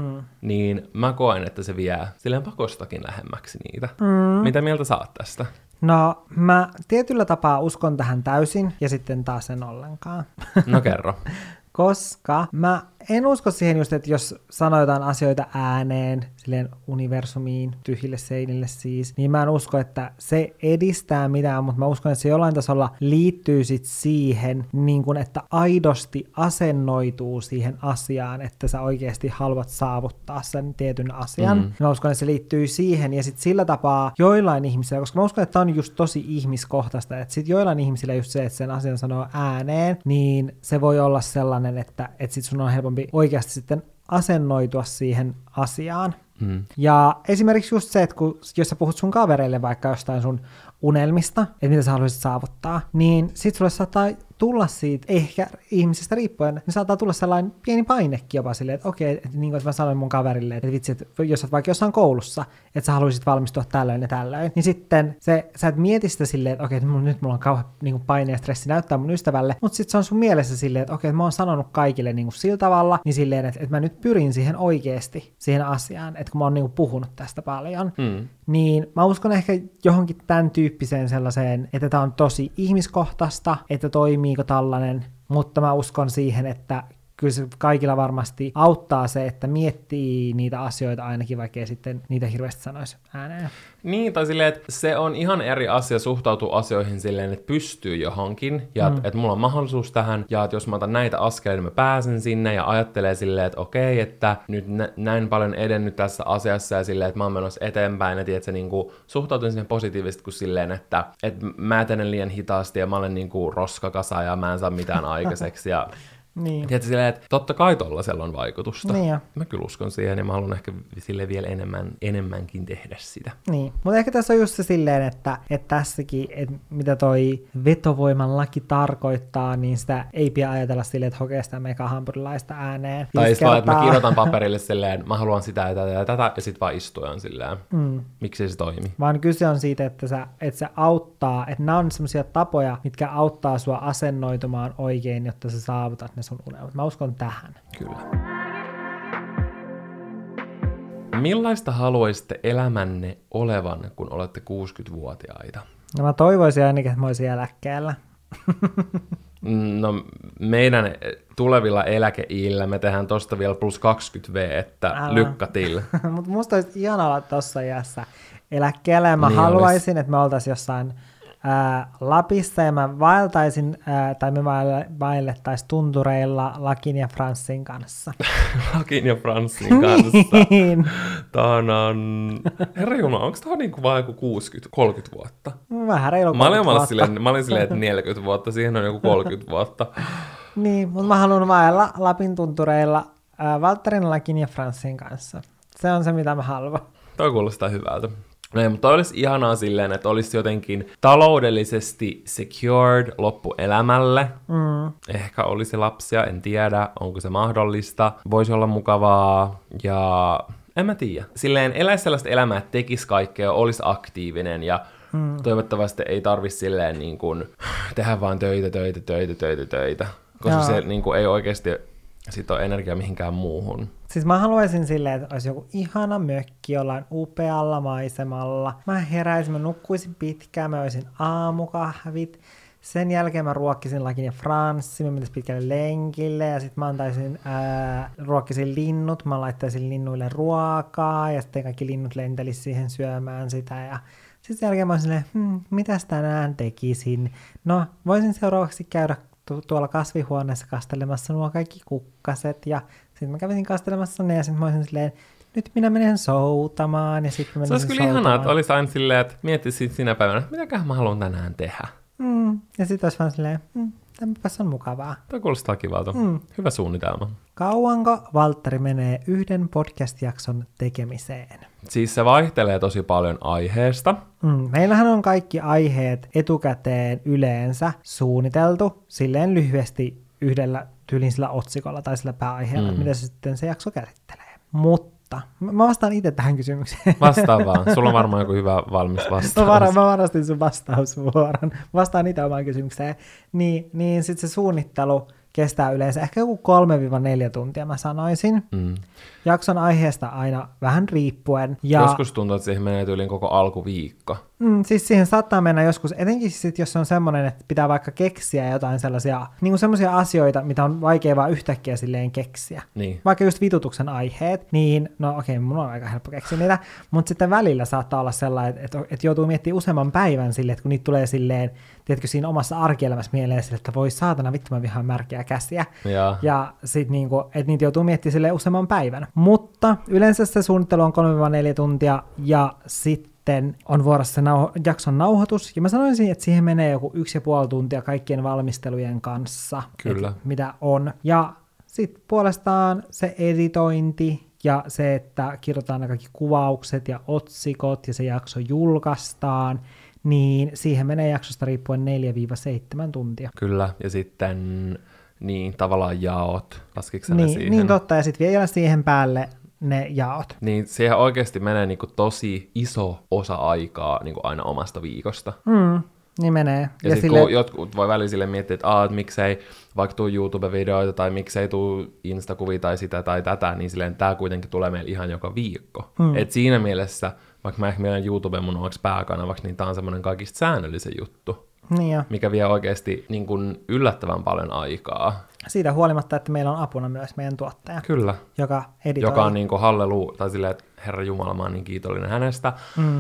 niin mä koen, että se vie silleen pakostakin lähemmäksi niitä. Mitä mieltä sä oot tästä? No, mä tietyllä tapaa uskon tähän täysin, ja sitten taas en ollenkaan. No kerro. Koska mä en usko siihen just, että jos sanotaan asioita ääneen, silleen universumiin, tyhjille seinille siis, niin mä en usko, että se edistää mitään, mutta mä uskon, että se jollain tasolla liittyy sit siihen, niin kun, että aidosti asennoituu siihen asiaan, että sä oikeasti haluat saavuttaa sen tietyn asian. Mä uskon, että se liittyy siihen, ja sitten sillä tapaa joillain ihmisillä, koska mä uskon, että tää on just tosi ihmiskohtaista, että sit joillain ihmisillä just se, että sen asian sanoo ääneen, niin se voi olla sellainen, että sit sun on helpompi oikeasti sitten asennoitua siihen asiaan. Ja esimerkiksi just se, että jos sä puhut sun kavereille vaikka jostain sun unelmista, että mitä sä haluaisit saavuttaa, niin sit sulle saattaa tulla siitä, ehkä ihmisestä riippuen, niin saattaa tulla sellainen pieni painekin jopa silleen, että okei, että niin kuin että mä sanoin mun kaverille, että vitsi, että jos oot vaikka jossain koulussa, että sä haluaisit valmistua tällöin ja tällöin, niin sitten sä et mieti sitä silleen, että okei, että nyt mulla on kauhean niin kuin paine ja stressi näyttää mun ystävälle, mutta sitten se on sun mielessä silleen, että okei, että mä oon sanonut kaikille niin kuin sillä tavalla, niin silleen, että mä nyt pyrin siihen oikeasti, siihen asiaan, että kun mä oon niin kuin puhunut tästä paljon, niin mä uskon ehkä johonkin tämän tyyppiseen sellaiseen, että tää on tosi ihmiskohtaista, että toimiiko tällainen, mutta mä uskon siihen, että kyllä se kaikilla varmasti auttaa se, että miettii niitä asioita ainakin, vaikka ei sitten niitä hirveästi sanoisi ääneen. Niin, tai silleen, että se on ihan eri asia suhtautua asioihin silleen, että pystyy johonkin, ja että mulla on mahdollisuus tähän, ja että jos mä otan näitä askeleita, niin mä pääsen sinne, ja ajattelee silleen, että okei, että nyt näin paljon edennyt tässä asiassa, ja silleen, että mä oon menossa eteenpäin, ja tiedät, että niinku suhtautun siihen positiivisesti kuin silleen, että mä etenen liian hitaasti, ja mä olen niinku roskakasa, ja mä en saa mitään aikaiseksi, ja niin. Tiedätkö silleen, että totta kai tollasella on vaikutusta. Niin. Mä kyllä uskon siihen, ja mä haluan ehkä sille vielä enemmänkin tehdä sitä. Niin, mutta ehkä tässä on just se silleen, että tässäkin, että mitä toi vetovoiman laki tarkoittaa, niin sitä ei pidä ajatella silleen, että hokee sitä megahampurilaista ääneen. Tai vaan, että mä kirjoitan paperille silleen, mä haluan sitä ja tätä, ja sit vaan istujan silleen. Miksi se toimi? Vaan kyse on siitä, että se auttaa, että nämä on semmoisia tapoja, mitkä auttaa sua asennoitumaan oikein, jotta sä saavutat sun unelmat. Mä uskon tähän. Kyllä. Millaista haluaisitte elämänne olevan, kun olette 60-vuotiaita? No mä toivoisin ainakin, että mä olisin eläkkeellä. No meidän tulevilla eläkeillä me tehdään tosta vielä plus 20V, että lykkätil. Mutta musta olisi ihana olla tossa iässä eläkkeellä, ja mä haluaisin, että me oltaisiin jossain Lapissa, ja mä vaeltaisin, tai me vaellettaisiin tuntureilla Lakin ja Franssin kanssa. Lakin ja Franssin kanssa. Niin. Tämä on... Herra Jumala, onko tämä niinku vaan joku 60-30 vuotta? Vähän reilu 30 vuotta. Mä olin silleen, että 40 vuotta, siihen on joku 30 vuotta. Niin, mutta mä haluan vaella Lapin tuntureilla Valtterin, Lakin ja Franssin kanssa. Se on se, mitä mä haluan. Toi kuulostaa hyvältä. No, mutta olisi ihanaa silleen, että olisi jotenkin taloudellisesti secured loppuelämälle. Ehkä olisi lapsia, en tiedä, onko se mahdollista. Voisi olla mukavaa ja en mä tiedä. Silleen eläisi sellaista elämää, että tekisi kaikkea, olisi aktiivinen ja toivottavasti ei tarvitse silleen niin kuin tehdä vaan töitä. Koska se niin kuin ei oikeasti sit ole energiaa mihinkään muuhun. Siis mä haluaisin silleen, että olisi joku ihana mökki jollain upealla maisemalla. Mä heräisin, mä nukkuisin pitkään, mä olisin aamukahvit. Sen jälkeen mä ruokkisin Lakin ja Franssin, mä mentäisin pitkälle lenkille, ja sitten mä antaisin, ruokkisin linnut, mä laittaisin linnuille ruokaa, ja sitten kaikki linnut lentelis siihen syömään sitä, ja sitten sen jälkeen mä olisin silleen, mitäs tänään tekisin? No, voisin seuraavaksi käydä tuolla kasvihuoneessa kastelemassa nuo kaikki kukkaset, ja sitten mä kävisin kastelemassa ne, ja sitten mä olisin silleen, nyt minä menen soutamaan, ja sitten mä menisin soutamaan. Se olisi kyllä ihanaa, että olisi aina silleen, että miettisit sinä päivänä, että mitäköhän mä haluan tänään tehdä. Ja sitten olisi vaan silleen, tämäpäs on mukavaa. Tämä kuulostaa kivalta. Hyvä suunnitelma. Kauanko Valtteri menee yhden podcast-jakson tekemiseen? Siis se vaihtelee tosi paljon aiheesta. Meillähän on kaikki aiheet etukäteen yleensä suunniteltu silleen lyhyesti yhdellä tyylin sillä otsikolla tai sillä pääaiheella, mitä se sitten se jakso käsittelee. Mutta mä vastaan itse tähän kysymykseen. Vastaan vaan. Sulla on varmaan joku hyvä valmis vastaus. Mä varastin sun vastausvuoron. Vastaan itse omaan kysymykseen. Niin sitten se suunnittelu kestää yleensä ehkä joku 3-4 tuntia, mä sanoisin. Jakson aiheesta aina vähän riippuen. Ja joskus tuntuu, että siihen menee tyyliin koko alkuviikko. Siis siihen saattaa mennä joskus, etenkin sit, jos on semmoinen, että pitää vaikka keksiä jotain sellaisia, niin kuin semmoisia asioita, mitä on vaikea vaan yhtäkkiä silleen keksiä. Niin. Vaikka just vitutuksen aiheet, niin no okei, mun on aika helppo keksiä niitä, mutta sitten välillä saattaa olla sellainen, että joutuu miettimään useamman päivän silleen, että kun niitä tulee silleen, tiedätkö, siinä omassa arkielämässä mieleen silleen, että voi saatana, vittu mä vihaan märkiä käsiä. Ja sitten niinku, että niitä joutuu miettimään silleen useamman päivän. Mutta yleensä se suunnittelu on 3-4 tuntia ja sitten on vuorossa se jakson nauhoitus. Ja mä sanoisin, että siihen menee joku 1,5 tuntia kaikkien valmistelujen kanssa. Kyllä. Mitä on. Ja sitten puolestaan se editointi ja se, että kirjoitetaan kaikki kuvaukset ja otsikot ja se jakso julkaistaan, niin siihen menee jaksosta riippuen 4-7 tuntia. Kyllä, ja sitten niin tavallaan jaot, laskitko ne siihen? Niin totta, ja sitten vielä siihen päälle ne jaot. Niin siihen oikeasti menee niinku tosi iso osa aikaa niinku aina omasta viikosta. Niin menee. Ja sitten kun jotkut voi välillä sille miettiä, että miksei vaikka tuu YouTube-videoita tai miksei tuu Insta-kuvia tai sitä tai tätä, niin silleen tää kuitenkin tulee meille ihan joka viikko. Et siinä mielessä, vaikka mä ehkä mielen YouTube mun omaksi pääkanavaksi, niin tää on semmoinen kaikista säännöllisen juttu. Niin jo. Mikä vie oikeasti niin kuin yllättävän paljon aikaa. Siitä huolimatta, että meillä on apuna myös meidän tuottaja. Kyllä. Joka editoi. Joka on niin kuin hallelu, tai silleen, että Herra Jumala, mä oon niin kiitollinen hänestä,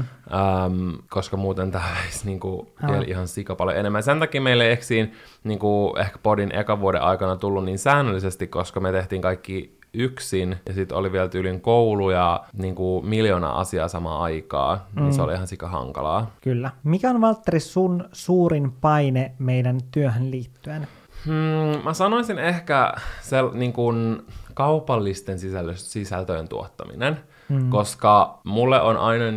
koska muuten tämä veisi niin kuin vielä ihan sika paljon enemmän. Sen takia meille ei niin kuin ehkä podin ekan vuoden aikana tullut niin säännöllisesti, koska me tehtiin kaikki yksin, ja sitten oli vielä tyylin koulu ja niin kuin 1,000,000 asiaa samaan aikaan, niin se oli ihan sika hankalaa. Kyllä. Mikä on, Valtteri, sun suurin paine meidän työhön liittyen? Mä sanoisin ehkä niin kuin kaupallisten sisältöjen tuottaminen, koska mulle on aina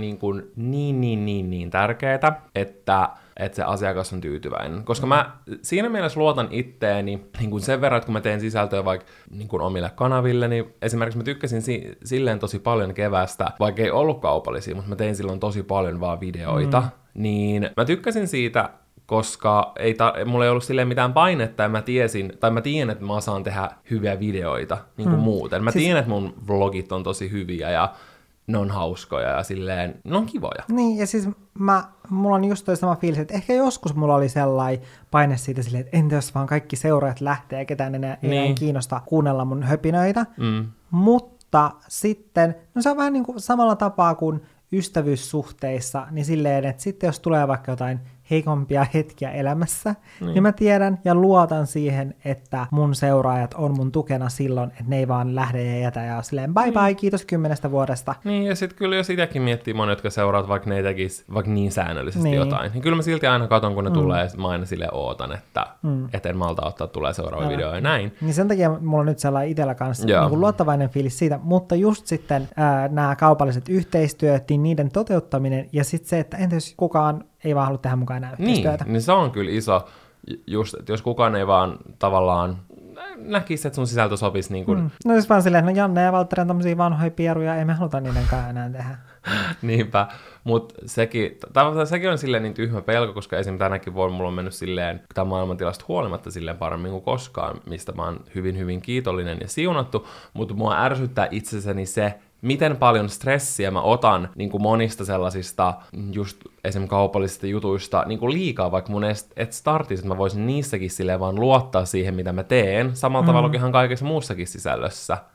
niin tärkeää, että se asiakas on tyytyväinen. Koska mä siinä mielessä luotan itteeni niin kuin sen verran, että kun mä teen sisältöä vaikka niin kuin omille kanaville, niin esimerkiksi mä tykkäsin silleen tosi paljon keväästä, vaikka ei ollut kaupallisia, mutta mä tein silloin tosi paljon vaan videoita, niin mä tykkäsin siitä, koska mulla ei ollut silleen mitään painetta, ja mä tiedän, että mä osaan tehdä hyviä videoita niin kuin muuten. Mä tiedän, että mun vlogit on tosi hyviä, ja ne on hauskoja, ja silleen, ne on kivoja. Niin, ja siis mulla on just toi sama fiilis, että ehkä joskus mulla oli sellainen paine siitä silleen, että entä jos vaan kaikki seuraajat lähtee, ja ketään enää kiinnosta kuunnella mun höpinöitä. Mutta sitten, no se on vähän niin kuin samalla tapaa kuin ystävyyssuhteissa, niin silleen, että sitten jos tulee vaikka jotain heikompia hetkiä elämässä, niin mä tiedän ja luotan siihen, että mun seuraajat on mun tukena silloin, että ne ei vaan lähde ja jätä ja silleen bye bye, kiitos 10 vuodesta. Niin, ja sitten kyllä jos itsekin miettii monet, jotka seuraat, vaikka ne ei tekisi vaikka niin säännöllisesti jotain, niin kyllä mä silti aina katon, kun ne tulee, mä aina silleen ootan, että en malta ottaa, tulee seuraava video ja näin. Niin sen takia mulla on nyt sellainen itsellä kanssa niin luottavainen fiilis siitä, mutta just sitten nämä kaupalliset yhteistyöt, niin niiden toteuttaminen ja sitten se, että entä jos kukaan ei vaan halua tehdä mukaan enää yhteistyötä. Niin se on kyllä iso, just, että jos kukaan ei vaan tavallaan näkisi, että sun sisältö sopisi niin kuin... No siis vaan silleen, että no Janne ja Valtteri on tommosia vanhoja pieruja, ei me haluta niiden kanssa enää tehdä. Niinpä, mutta sekin on silleen niin tyhmä pelko, koska esim. Tänäkin vuonna mulla on mennyt silleen, tämän maailmantilasta huolimatta silleen paremmin kuin koskaan, mistä mä oon hyvin, hyvin kiitollinen ja siunattu, mutta mua ärsyttää itsessäni se, miten paljon stressiä mä otan niin kuin monista sellaisista just esimerkiksi kaupallisista jutuista niin kuin liikaa, vaikka mun et startisi, että mä voisin niissäkin silleen vaan luottaa siihen, mitä mä teen, samalla tavalla kuin ihan kaikessa muussakin sisällössä.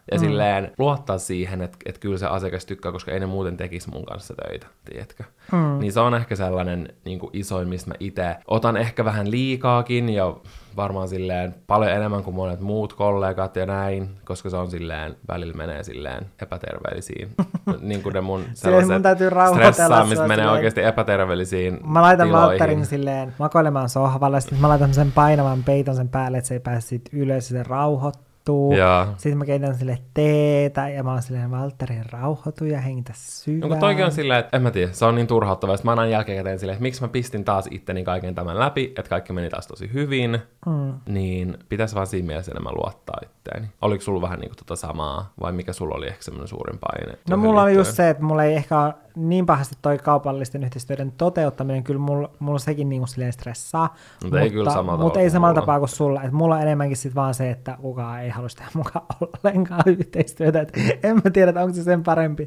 Ja silleen luottaa siihen, että kyllä se asiakas tykkää, koska ei ne muuten tekisi mun kanssa töitä, tiedätkö? Niin se on ehkä sellainen niin kuin isoin, mistä mä itse otan ehkä vähän liikaakin ja varmaan silleen paljon enemmän kuin monet muut kollegat ja näin, koska se on silleen, välillä menee silleen epäterveellisiin. Niin kuin ne mun sellaiset stressaamista menee oikeasti epäterveellisiin Mä laitan tiloihin. Valtterin silleen makoilemaan sohvalle, sitten mä laitan sen painavan peiton sen päälle, että se ei pääse siitä ylös ja se rauhoittuu. Sitten mä keitän sille teetä ja mä oon silleen, Valtteri, rauhoitu ja hengitä syvään. No kun toikin on silleen, että en mä tiedä, se on niin turhauttavaa. Sitten mä aina jälkikäteen silleen, että miksi mä pistin taas itteni kaiken tämän läpi, että kaikki meni taas tosi hyvin, niin pitäisi vaan siinä mielessä enemmän luottaa itteeni. Oliko sulla vähän niin kuin tota samaa, vai mikä sulla oli ehkä semmoinen suurin paine? No mulla oli just se, että mulla ei ehkä ole niin pahasti toi kaupallisten yhteistyöiden toteuttaminen, kyllä mulla sekin niin kuin silleen stressaa, mutta ei samalla tapaa kuin sulla. Että mulla on enemmänkin sit vaan se, että kukaan ei halua tehdä mukaan ollenkaan yhteistyötä. Et en mä tiedä, että onko se sen parempi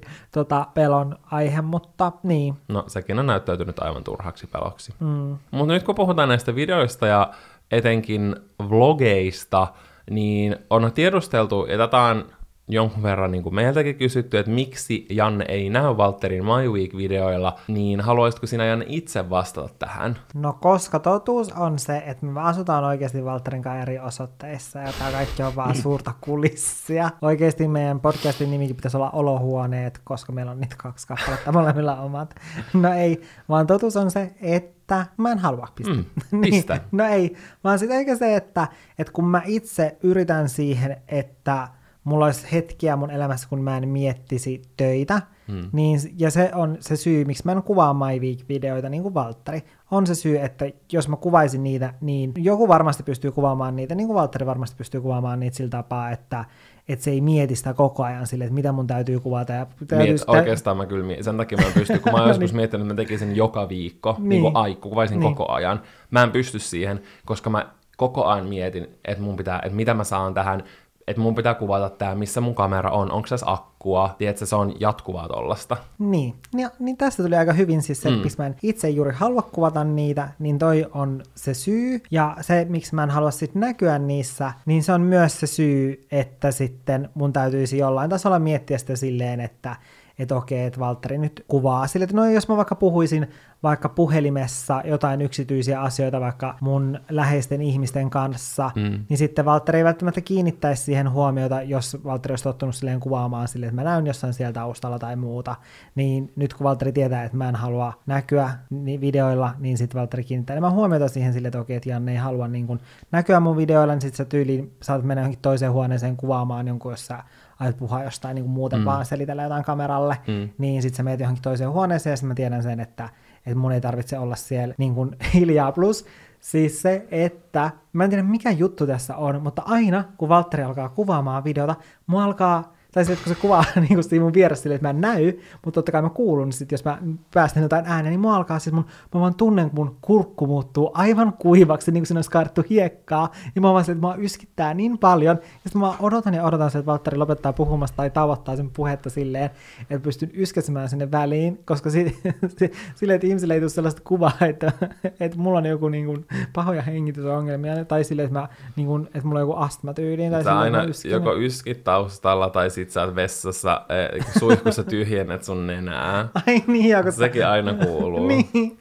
pelon aihe, mutta niin. No sekin on näyttäytynyt aivan turhaksi peloksi. Mutta nyt kun puhutaan näistä videoista ja etenkin vlogeista, niin on tiedusteltu, ja tätä on jonkun verran niin kuin meiltäkin kysytty, että miksi Janne ei näy Valtterin My Week-videoilla, niin haluaisitko sinä, Janne, itse vastata tähän? No koska totuus on se, että me asutaan oikeasti Valtterin kanssa eri osoitteissa, ja tämä kaikki on vaan suurta kulissia. Oikeasti meidän podcastin nimikin pitäisi olla Olohuoneet, koska meillä on niitä 2 kappaletta, molemmilla omat. No ei, vaan totuus on se, että mä en halua pistää. Pistä. No ei, vaan sitten eikä se, että kun mä itse yritän siihen, että mulla olisi hetkiä mun elämässä, kun mä en miettisi töitä, niin, ja se on se syy, miksi mä en kuvaa My Week-videoita niin kuin Valtteri. On se syy, että jos mä kuvaisin niitä, niin joku varmasti pystyy kuvaamaan niitä, niin kuin Valtteri varmasti pystyy kuvaamaan niitä sillä tapaa, että se ei mieti sitä koko ajan sille, että mitä mun täytyy kuvata. Ja oikeastaan mä kyllä sen takia mä en pysty, kun mä oon joskus miettinyt, että mä tekisin joka viikko, niin kuin kuvaisin koko ajan. Mä en pysty siihen, koska mä koko ajan mietin, että mun pitää, että mitä mä saan tähän, että mun pitää kuvata tää, missä mun kamera on, onko se akkua, tiedätkö, se on jatkuvaa tollasta. Niin tästä tuli aika hyvin siis se, että miksi mä en itse juuri halua kuvata niitä, niin toi on se syy, ja se, miksi mä en halua sit näkyä niissä, niin se on myös se syy, että sitten mun täytyisi jollain tasolla miettiä sitä silleen, että okei, että Valtteri nyt kuvaa sille, että no jos mä vaikka puhuisin vaikka puhelimessa jotain yksityisiä asioita vaikka mun läheisten ihmisten kanssa, niin sitten Valtteri ei välttämättä kiinnittäisi siihen huomiota, jos Valtteri olisi tottunut silleen kuvaamaan silleen, että mä näyn jossain siellä taustalla tai muuta, niin nyt kun Valtteri tietää, että mä en halua näkyä videoilla, niin sitten Valtteri kiinnittää enemmän huomiota siihen silleen, että okei, että Janne ei halua niin kun näkyä mun videoilla, niin sitten sä tyyliin saat mennä johonkin toiseen huoneeseen kuvaamaan jonkun, jos sä aiot puhua jostain niin kuin muuten vaan selitellä jotain kameralle, niin sitten sä menet johonkin toiseen huoneeseen, ja sitten mä tiedän sen, että mun ei tarvitse olla siellä niin kuin hiljaa. Plus siis se, että mä en tiedä mikä juttu tässä on, mutta aina kun Valtteri alkaa kuvaamaan videota, mua alkaa, tai sitten kun se kuvaa niin kuin siinä mun vieressä silleen, että mä en näy, mutta totta kai mä kuulun, niin sitten jos mä päästän jotain ääneen, niin mua alkaa siis mä vaan tunnen, kun mun kurkku muuttuu aivan kuivaksi, niin kuin siinä olisi kaadettu hiekkaa, ja mä vaan silleen, että mua yskittää niin paljon, ja sitten mä odotan sen, että Valtteri lopettaa puhumasta tai tavoittaa sen puhetta silleen, että pystyn yskäsemään sinne väliin, koska silleen, että ihmisille ei tule sellaista kuvaa, että mulla on joku niin kuin pahoja hengitysongelmia, tai silleen, että, niin kuin, että mulla on joku astmatyyliin, tai silleen, aina joko yskit taustalla, tai sit sä oot vessassa, suihkussa tyhjennät sun nenää. Ai niin, sekin aina kuuluu. Niin.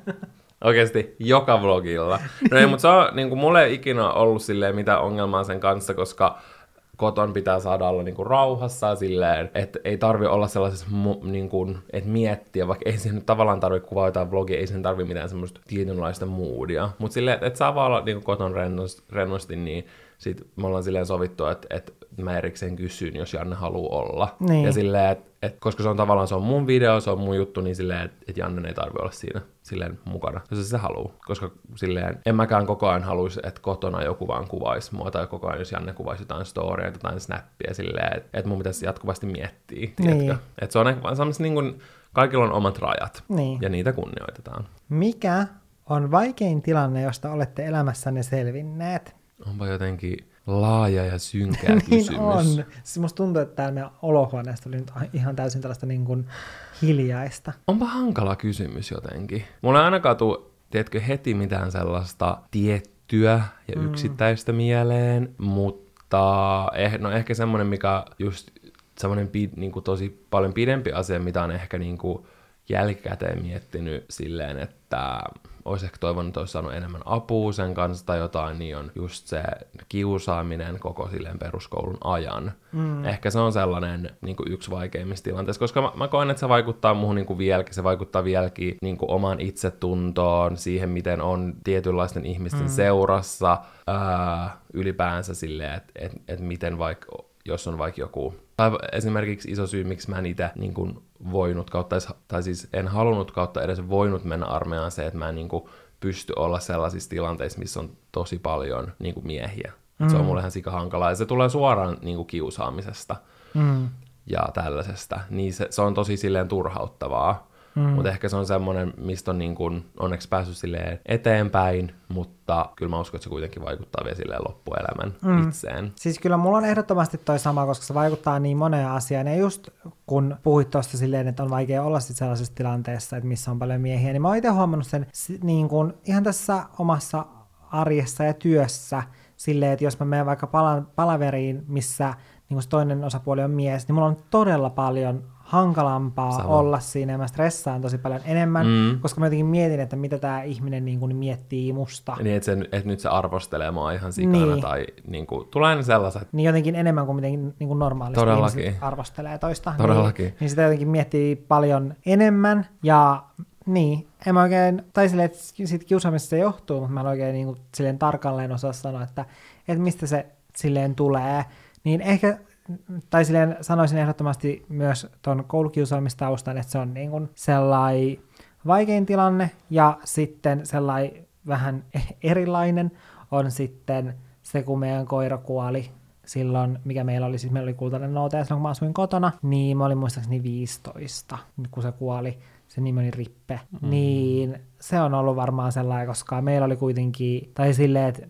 Oikeesti joka vlogilla. No ei, mutta se on, niin kuin, mulle ei ikinä ollut silleen mitään ongelmaa sen kanssa, koska koton pitää saada olla niin kuin rauhassa silleen, että ei tarvi olla sellaisessa, niin kuin, että miettiä, vaikka ei siihen nyt tavallaan tarvitse kuvaa jotain vlogia, ei siihen tarvi mitään semmoista tietynlaista moodia. Mutta silleen, että saa vaan olla niin kuin koton rennosti, niin sit me ollaan silleen sovittu, että mä erikseen kysyn, jos Janne haluaa olla. Niin. Ja silleen, että koska se on tavallaan se on mun video, se on mun juttu, niin silleen, että Janne ei tarvitse olla siinä silleen mukana, jos se haluaa. Koska silleen, en mäkään koko ajan haluaisi, että kotona joku vaan kuvaisi mua, tai koko ajan, jos Janne kuvaisi jotain storya, jotain snappia, silleen, että mun pitäisi jatkuvasti miettiä, tiedätkö? Että se on ehkä vaan semmoista niin kuin, kaikilla on omat rajat, ja niitä kunnioitetaan. Mikä on vaikein tilanne, josta olette elämässänne selvinneet? Onpa jotenkin laaja ja synkä niin kysymys. On. Siis musta tuntuu, että täällä meidän olohuoneesta oli nyt ihan täysin tällaista niin kuin hiljaista. Onpa hankala kysymys jotenkin. Mulla ei ainakaan tule, tiedätkö, heti mitään sellaista tiettyä ja yksittäistä mieleen, mutta Mutta ehkä semmoinen, mikä just semmoinen niinku tosi paljon pidempi asia, mitä on ehkä niinku jälkikäteen miettinyt silleen, että olisi ehkä toivonut, että olisi saanut enemmän apua sen kanssa tai jotain, niin on just se kiusaaminen koko silleen peruskoulun ajan. Ehkä se on sellainen niin kuin yksi vaikeimmista tilanteista, koska mä koen, että se vaikuttaa muuhun niin kuin vieläkin, se vaikuttaa vieläkin niin kuin omaan itsetuntoon, siihen, miten on tietynlaisten ihmisten seurassa, ylipäänsä silleen, että miten vaikka, jos on vaikka joku, tai esimerkiksi iso syy, miksi mä en itse niin kuin voinut kautta, tai siis en halunnut kautta edes voinut mennä armeijaan se, että mä en niin kuin pysty olla sellaisissa tilanteissa, missä on tosi paljon niin kuin miehiä. Se on mulle ihan sika hankalaa, ja se tulee suoraan niin kuin kiusaamisesta ja tällaisesta. Niin se on tosi silleen turhauttavaa. Mutta ehkä se on semmoinen, mistä on niin kuin onneksi päässyt silleen eteenpäin, mutta kyllä mä uskon, että se kuitenkin vaikuttaa vielä silleen loppuelämän itseen. Siis kyllä mulla on ehdottomasti toi sama, koska se vaikuttaa niin moneen asiaan. Ja just kun puhuit tuosta silleen, että on vaikea olla sit sellaisessa tilanteessa, että missä on paljon miehiä, niin mä oon itse huomannut sen niin kuin ihan tässä omassa arjessa ja työssä silleen, että jos mä menen vaikka palaveriin, missä niin kun toinen osapuoli on mies, niin mulla on todella paljon hankalampaa olla siinä, ja mä stressaan tosi paljon enemmän, koska mä jotenkin mietin, että mitä tää ihminen niin kuin miettii musta. Niin, että nyt se arvostelee mua ihan sikana, tai niin kuin, tulee aina sellaiset. Niin jotenkin enemmän kuin miten niin kuin normaalisti ihmiset arvostelee toista. Todellakin. Niin sitä jotenkin miettii paljon enemmän, ja niin, en mä oikein, tai silleen, että siitä kiusaamisesta se johtuu, mutta mä en oikein niin kuin, silleen tarkalleen osaa sanoa, että mistä se silleen tulee. Niin ehkä, tai silleen sanoisin ehdottomasti myös tuon koulukiusaamistaustan, että se on niin kuin sellainen vaikein tilanne, ja sitten sellainen vähän erilainen on sitten se, kun meidän koira kuoli silloin, mikä meillä oli, siis meillä oli kultainen noutaja silloin, kun mä asuin kotona, niin mä olin muistaakseni 15, kun se kuoli. Se nimi oli Rippe, niin se on ollut varmaan sellainen, koska meillä oli kuitenkin, tai silleen, että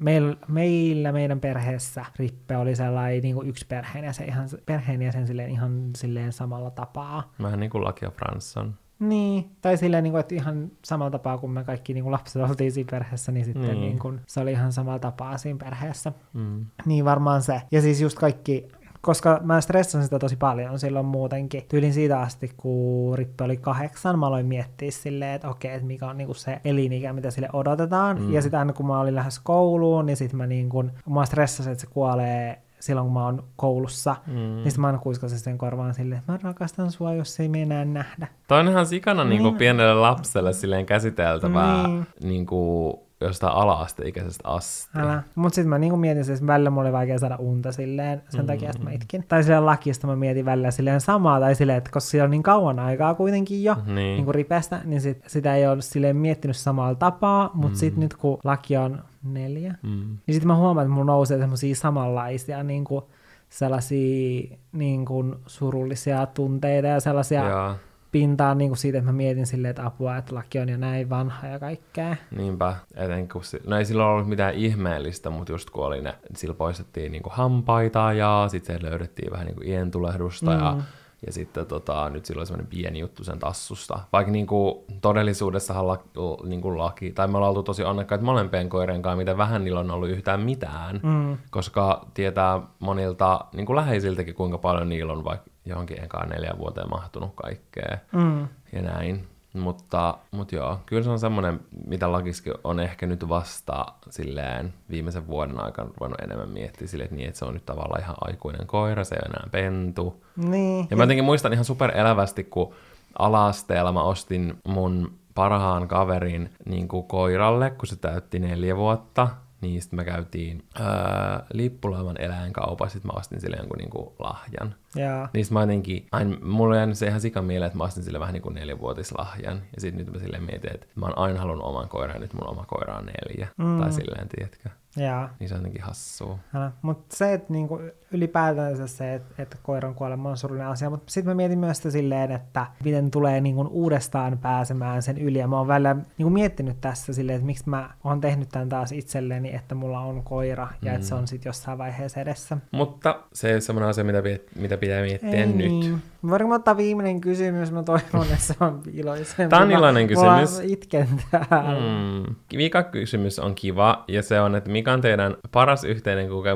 meidän perheessä Rippe oli sellainen niin kuin yksi perheenjäsen silleen ihan silleen samalla tapaa. Vähän niin kuin Laki ja Fransson. Niin, tai silleen, niin kuin, että ihan samalla tapaa, kun me kaikki niin kuin lapset oltiin siinä perheessä, niin sitten niin kuin, se oli ihan samalla tapaa siinä perheessä. Niin varmaan se. Ja siis just kaikki, koska mä stressasin sitä tosi paljon silloin muutenkin. Tyylin siitä asti, kun Rippe oli 8, mä aloin miettiä silleen, että okei, että mikä on niinku se elinikä, mitä sille odotetaan. Ja sitten aina kun mä olin lähes kouluun, niin sitten mä niinku, mä stressasin, että se kuolee silloin, kun mä oon koulussa. Niin sitten mä aina kuiskasin sen korvaan silleen, että mä rakastan sua, jos ei me enää nähdä. Toi on ihan sikana niinku pienelle lapselle silleen käsiteltävää niinku jostain ala-asteikäisestä asti. Mutta sitten mä niinku mietin, että välillä mulla oli vaikea saada unta silleen, sen takia, että mä itkin. Tai silleen Lakista mä mietin välillä silleen samaa, tai silleen, että koska siellä on niin kauan aikaa kuitenkin jo niinku Ripestä, niin sitä ei ole silleen miettinyt samalla tapaa, mutta sitten nyt kun Laki on 4, niin sitten mä huomaan, että mulla nousee semmosia samanlaisia niinku sellaisia niinku surullisia tunteita ja sellaisia pintaan niin kuin siitä, että mä mietin silleen, että apua, että Laki on jo näin vanha ja kaikkea. Niinpä, etenkin kun no ei silloin ollut mitään ihmeellistä, mutta just kun oli sillä poistettiin niin kuin hampaita ja sitten se löydettiin vähän niin kuin ientulehdusta ja sitten nyt silloin semmoinen pieni juttu sen tassusta. Vaikka niin kuin todellisuudessahan niin kuin Laki, tai me ollaan oltu tosi onnekkaita molempien koirien kanssa, miten vähän niillä on ollut yhtään mitään, koska tietää monilta niin kuin läheisiltäkin, kuinka paljon niillä on vaikka johonkin ekaan 4 vuoteen mahtunut kaikkea ja näin. Mutta joo, kyllä se on semmoinen, mitä Lakiskin on ehkä nyt vasta silleen viimeisen vuoden aikana voinut enemmän miettiä silleen, että se on nyt tavallaan ihan aikuinen koira, se ei ole enää pentu. Niin. Ja mä jotenkin muistan ihan superelävästi, kun ala-asteella mä ostin mun parhaan kaverin niin kuin koiralle, kun se täytti 4 vuotta. Niin sitten me käytiin Lippulaivan eläinkaupassa, sitten mä ostin sille jonkun niinku lahjan. Niin sitten mä jotenkin, mulla on jäänyt se ihan sikan mieleen, että mä ostin sille vähän niin kuin 4-vuotislahjan. Ja sitten nyt mä silleen mietin, että mä oon aina halunnut oman koiran, ja nyt mun oma koira on 4. Tai silleen, tiedätkö? Niin se on jotenkin hassua. Mutta se, että niinku ylipäätänsä se, että koiran kuolema on surullinen asia, mutta sitten mä mietin myös sitä silleen, että miten tulee niinku uudestaan pääsemään sen yli. Ja mä oon välillä niinku miettinyt tässä silleen, että miksi mä oon tehnyt tämän taas itselleni, että mulla on koira ja että se on sitten jossain vaiheessa edessä. Mutta se ei ole semmoinen asia, mitä pitää miettiä nyt. Voinko mä ottaa viimeinen kysymys? Mä toivon, että se on iloisempi. Tämä on iloinen kysymys. Mä itken täällä. Vika kysymys on kiva, ja se on, että mikä on teidän paras yhteinen kokemus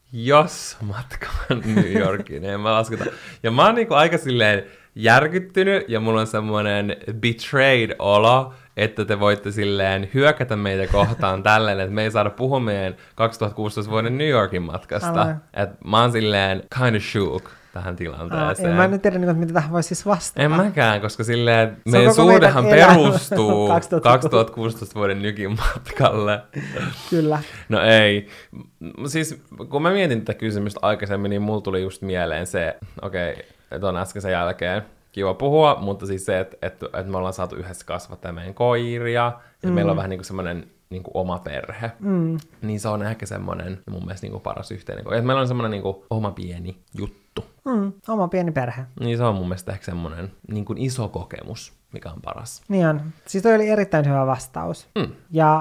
jos matkaan New Yorkiin, en mä lasketa. Ja mä oon niinku aika silleen järkyttynyt, ja mulla on semmoinen betrayed olo, että te voitte silleen hyökätä meitä kohtaan tälleen, että me ei saada puhua meidän 2016 vuoden New Yorkin matkasta. Että mä oon silleen kind of shook tähän tilanteeseen. Mä en nyt tiedä, mitä tähän voisi siis vastata. En mäkään, koska silleen meidän suhdehan perustuu 2016 vuoden Nykin matkalle. Kyllä. No ei. Siis kun mä mietin tätä kysymystä aikaisemmin, niin mulla tuli just mieleen se, ton äskeisen jälkeen kiva puhua, mutta siis se, että me ollaan saatu yhdessä kasvattaa meidän koiria, että meillä on vähän niin kuin semmoinen niin kuin oma perhe, niin se on ehkä semmoinen mun mielestä niin kuin paras yhteinen. Että meillä on semmoinen niin kuin oma pieni juttu. Oma pieni perhe. Niin se on mun mielestä ehkä semmoinen niin kuin iso kokemus, mikä on paras. Niin on. Siis toi oli erittäin hyvä vastaus. Ja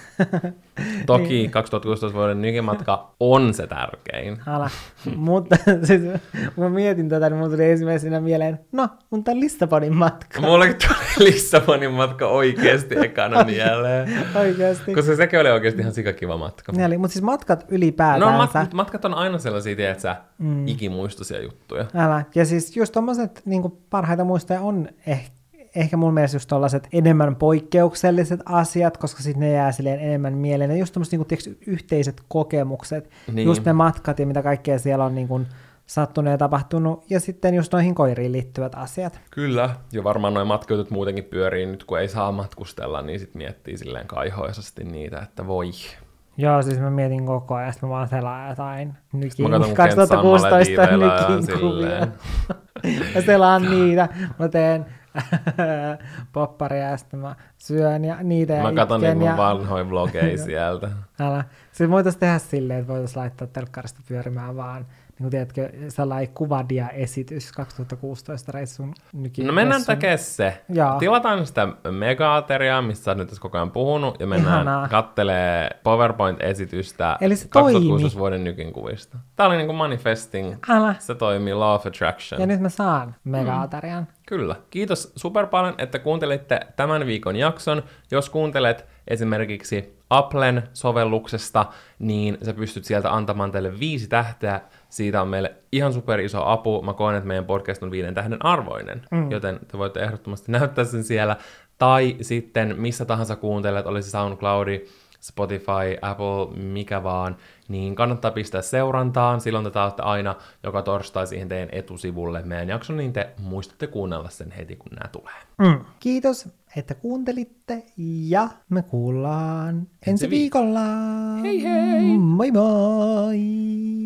toki niin. 2016 vuoden Nykimatka on se tärkein. Mutta siis mä mietin tätä, niin mulla tuli ensimmäisenä mieleen, mutta Lissabonin matka. Mullakin tuli Lissabonin matka oikeasti ekana mieleen. Oikeasti. Koska sekin oli oikeasti ihan sikakiva matka. Niin, mutta siis matkat ylipäätänsä. No matkat on aina sellaisia, tiedätkö, ikimuistoisia juttuja. Ja siis just tommoset niin parhaita muistoja on ehkä mun mielestä just tollaset enemmän poikkeukselliset asiat, koska sitten ne jää silleen enemmän mieleen. Ja just tommoset niin yhteiset kokemukset, niin. Just ne matkat ja mitä kaikkea siellä on niin kuin sattunut ja tapahtunut, ja sitten just noihin koiriin liittyvät asiat. Kyllä, ja varmaan noin matkajutut muutenkin pyörii nyt, kun ei saa matkustella, niin sitten miettii silleen kaihoisasti niitä, että voi. Joo, siis mä mietin koko ajan, että mä vaan selaan jotain Nykin 2016 Nykin kuvia. Ja selaan niitä, mä teen popparia ja sitten mä syön ja niitä ja mä katon niitä mun vanhoja vlogeja sieltä. Siis voitaisiin tehdä silleen, että voitaisiin laittaa telkkarista pyörimään vaan, niin kuin tiedätkö, sellainen kuvadia-esitys 2016 reissun Nykin. No mennään tekemään se. Jaa. Tilataan sitä mega-ateriaa, mistä sä oot nyt tässä koko ajan puhunut, ja mennään kattelee PowerPoint-esitystä 2016 vuoden Nykin kuvista. Tää oli niinku manifesting. Se toimii Law of Attraction. Ja nyt mä saan mega-aterian. Kyllä. Kiitos super paljon, että kuuntelitte tämän viikon jakson. Jos kuuntelet esimerkiksi Applen sovelluksesta, niin sä pystyt sieltä antamaan teille 5 tähteä. Siitä on meille ihan super iso apu. Mä koen, että meidän podcast on 5 tähden arvoinen, joten te voitte ehdottomasti näyttää sen siellä. Tai sitten missä tahansa kuuntelet, olisi SoundCloudi, Spotify, Apple, mikä vaan, niin kannattaa pistää seurantaan. Silloin te saatte aina joka torstai siihen teidän etusivulle meidän jakson, niin te muistatte kuunnella sen heti, kun nämä tulee. Kiitos, että kuuntelitte, ja me kuullaan ensi viikolla. Hei hei! Moi moi!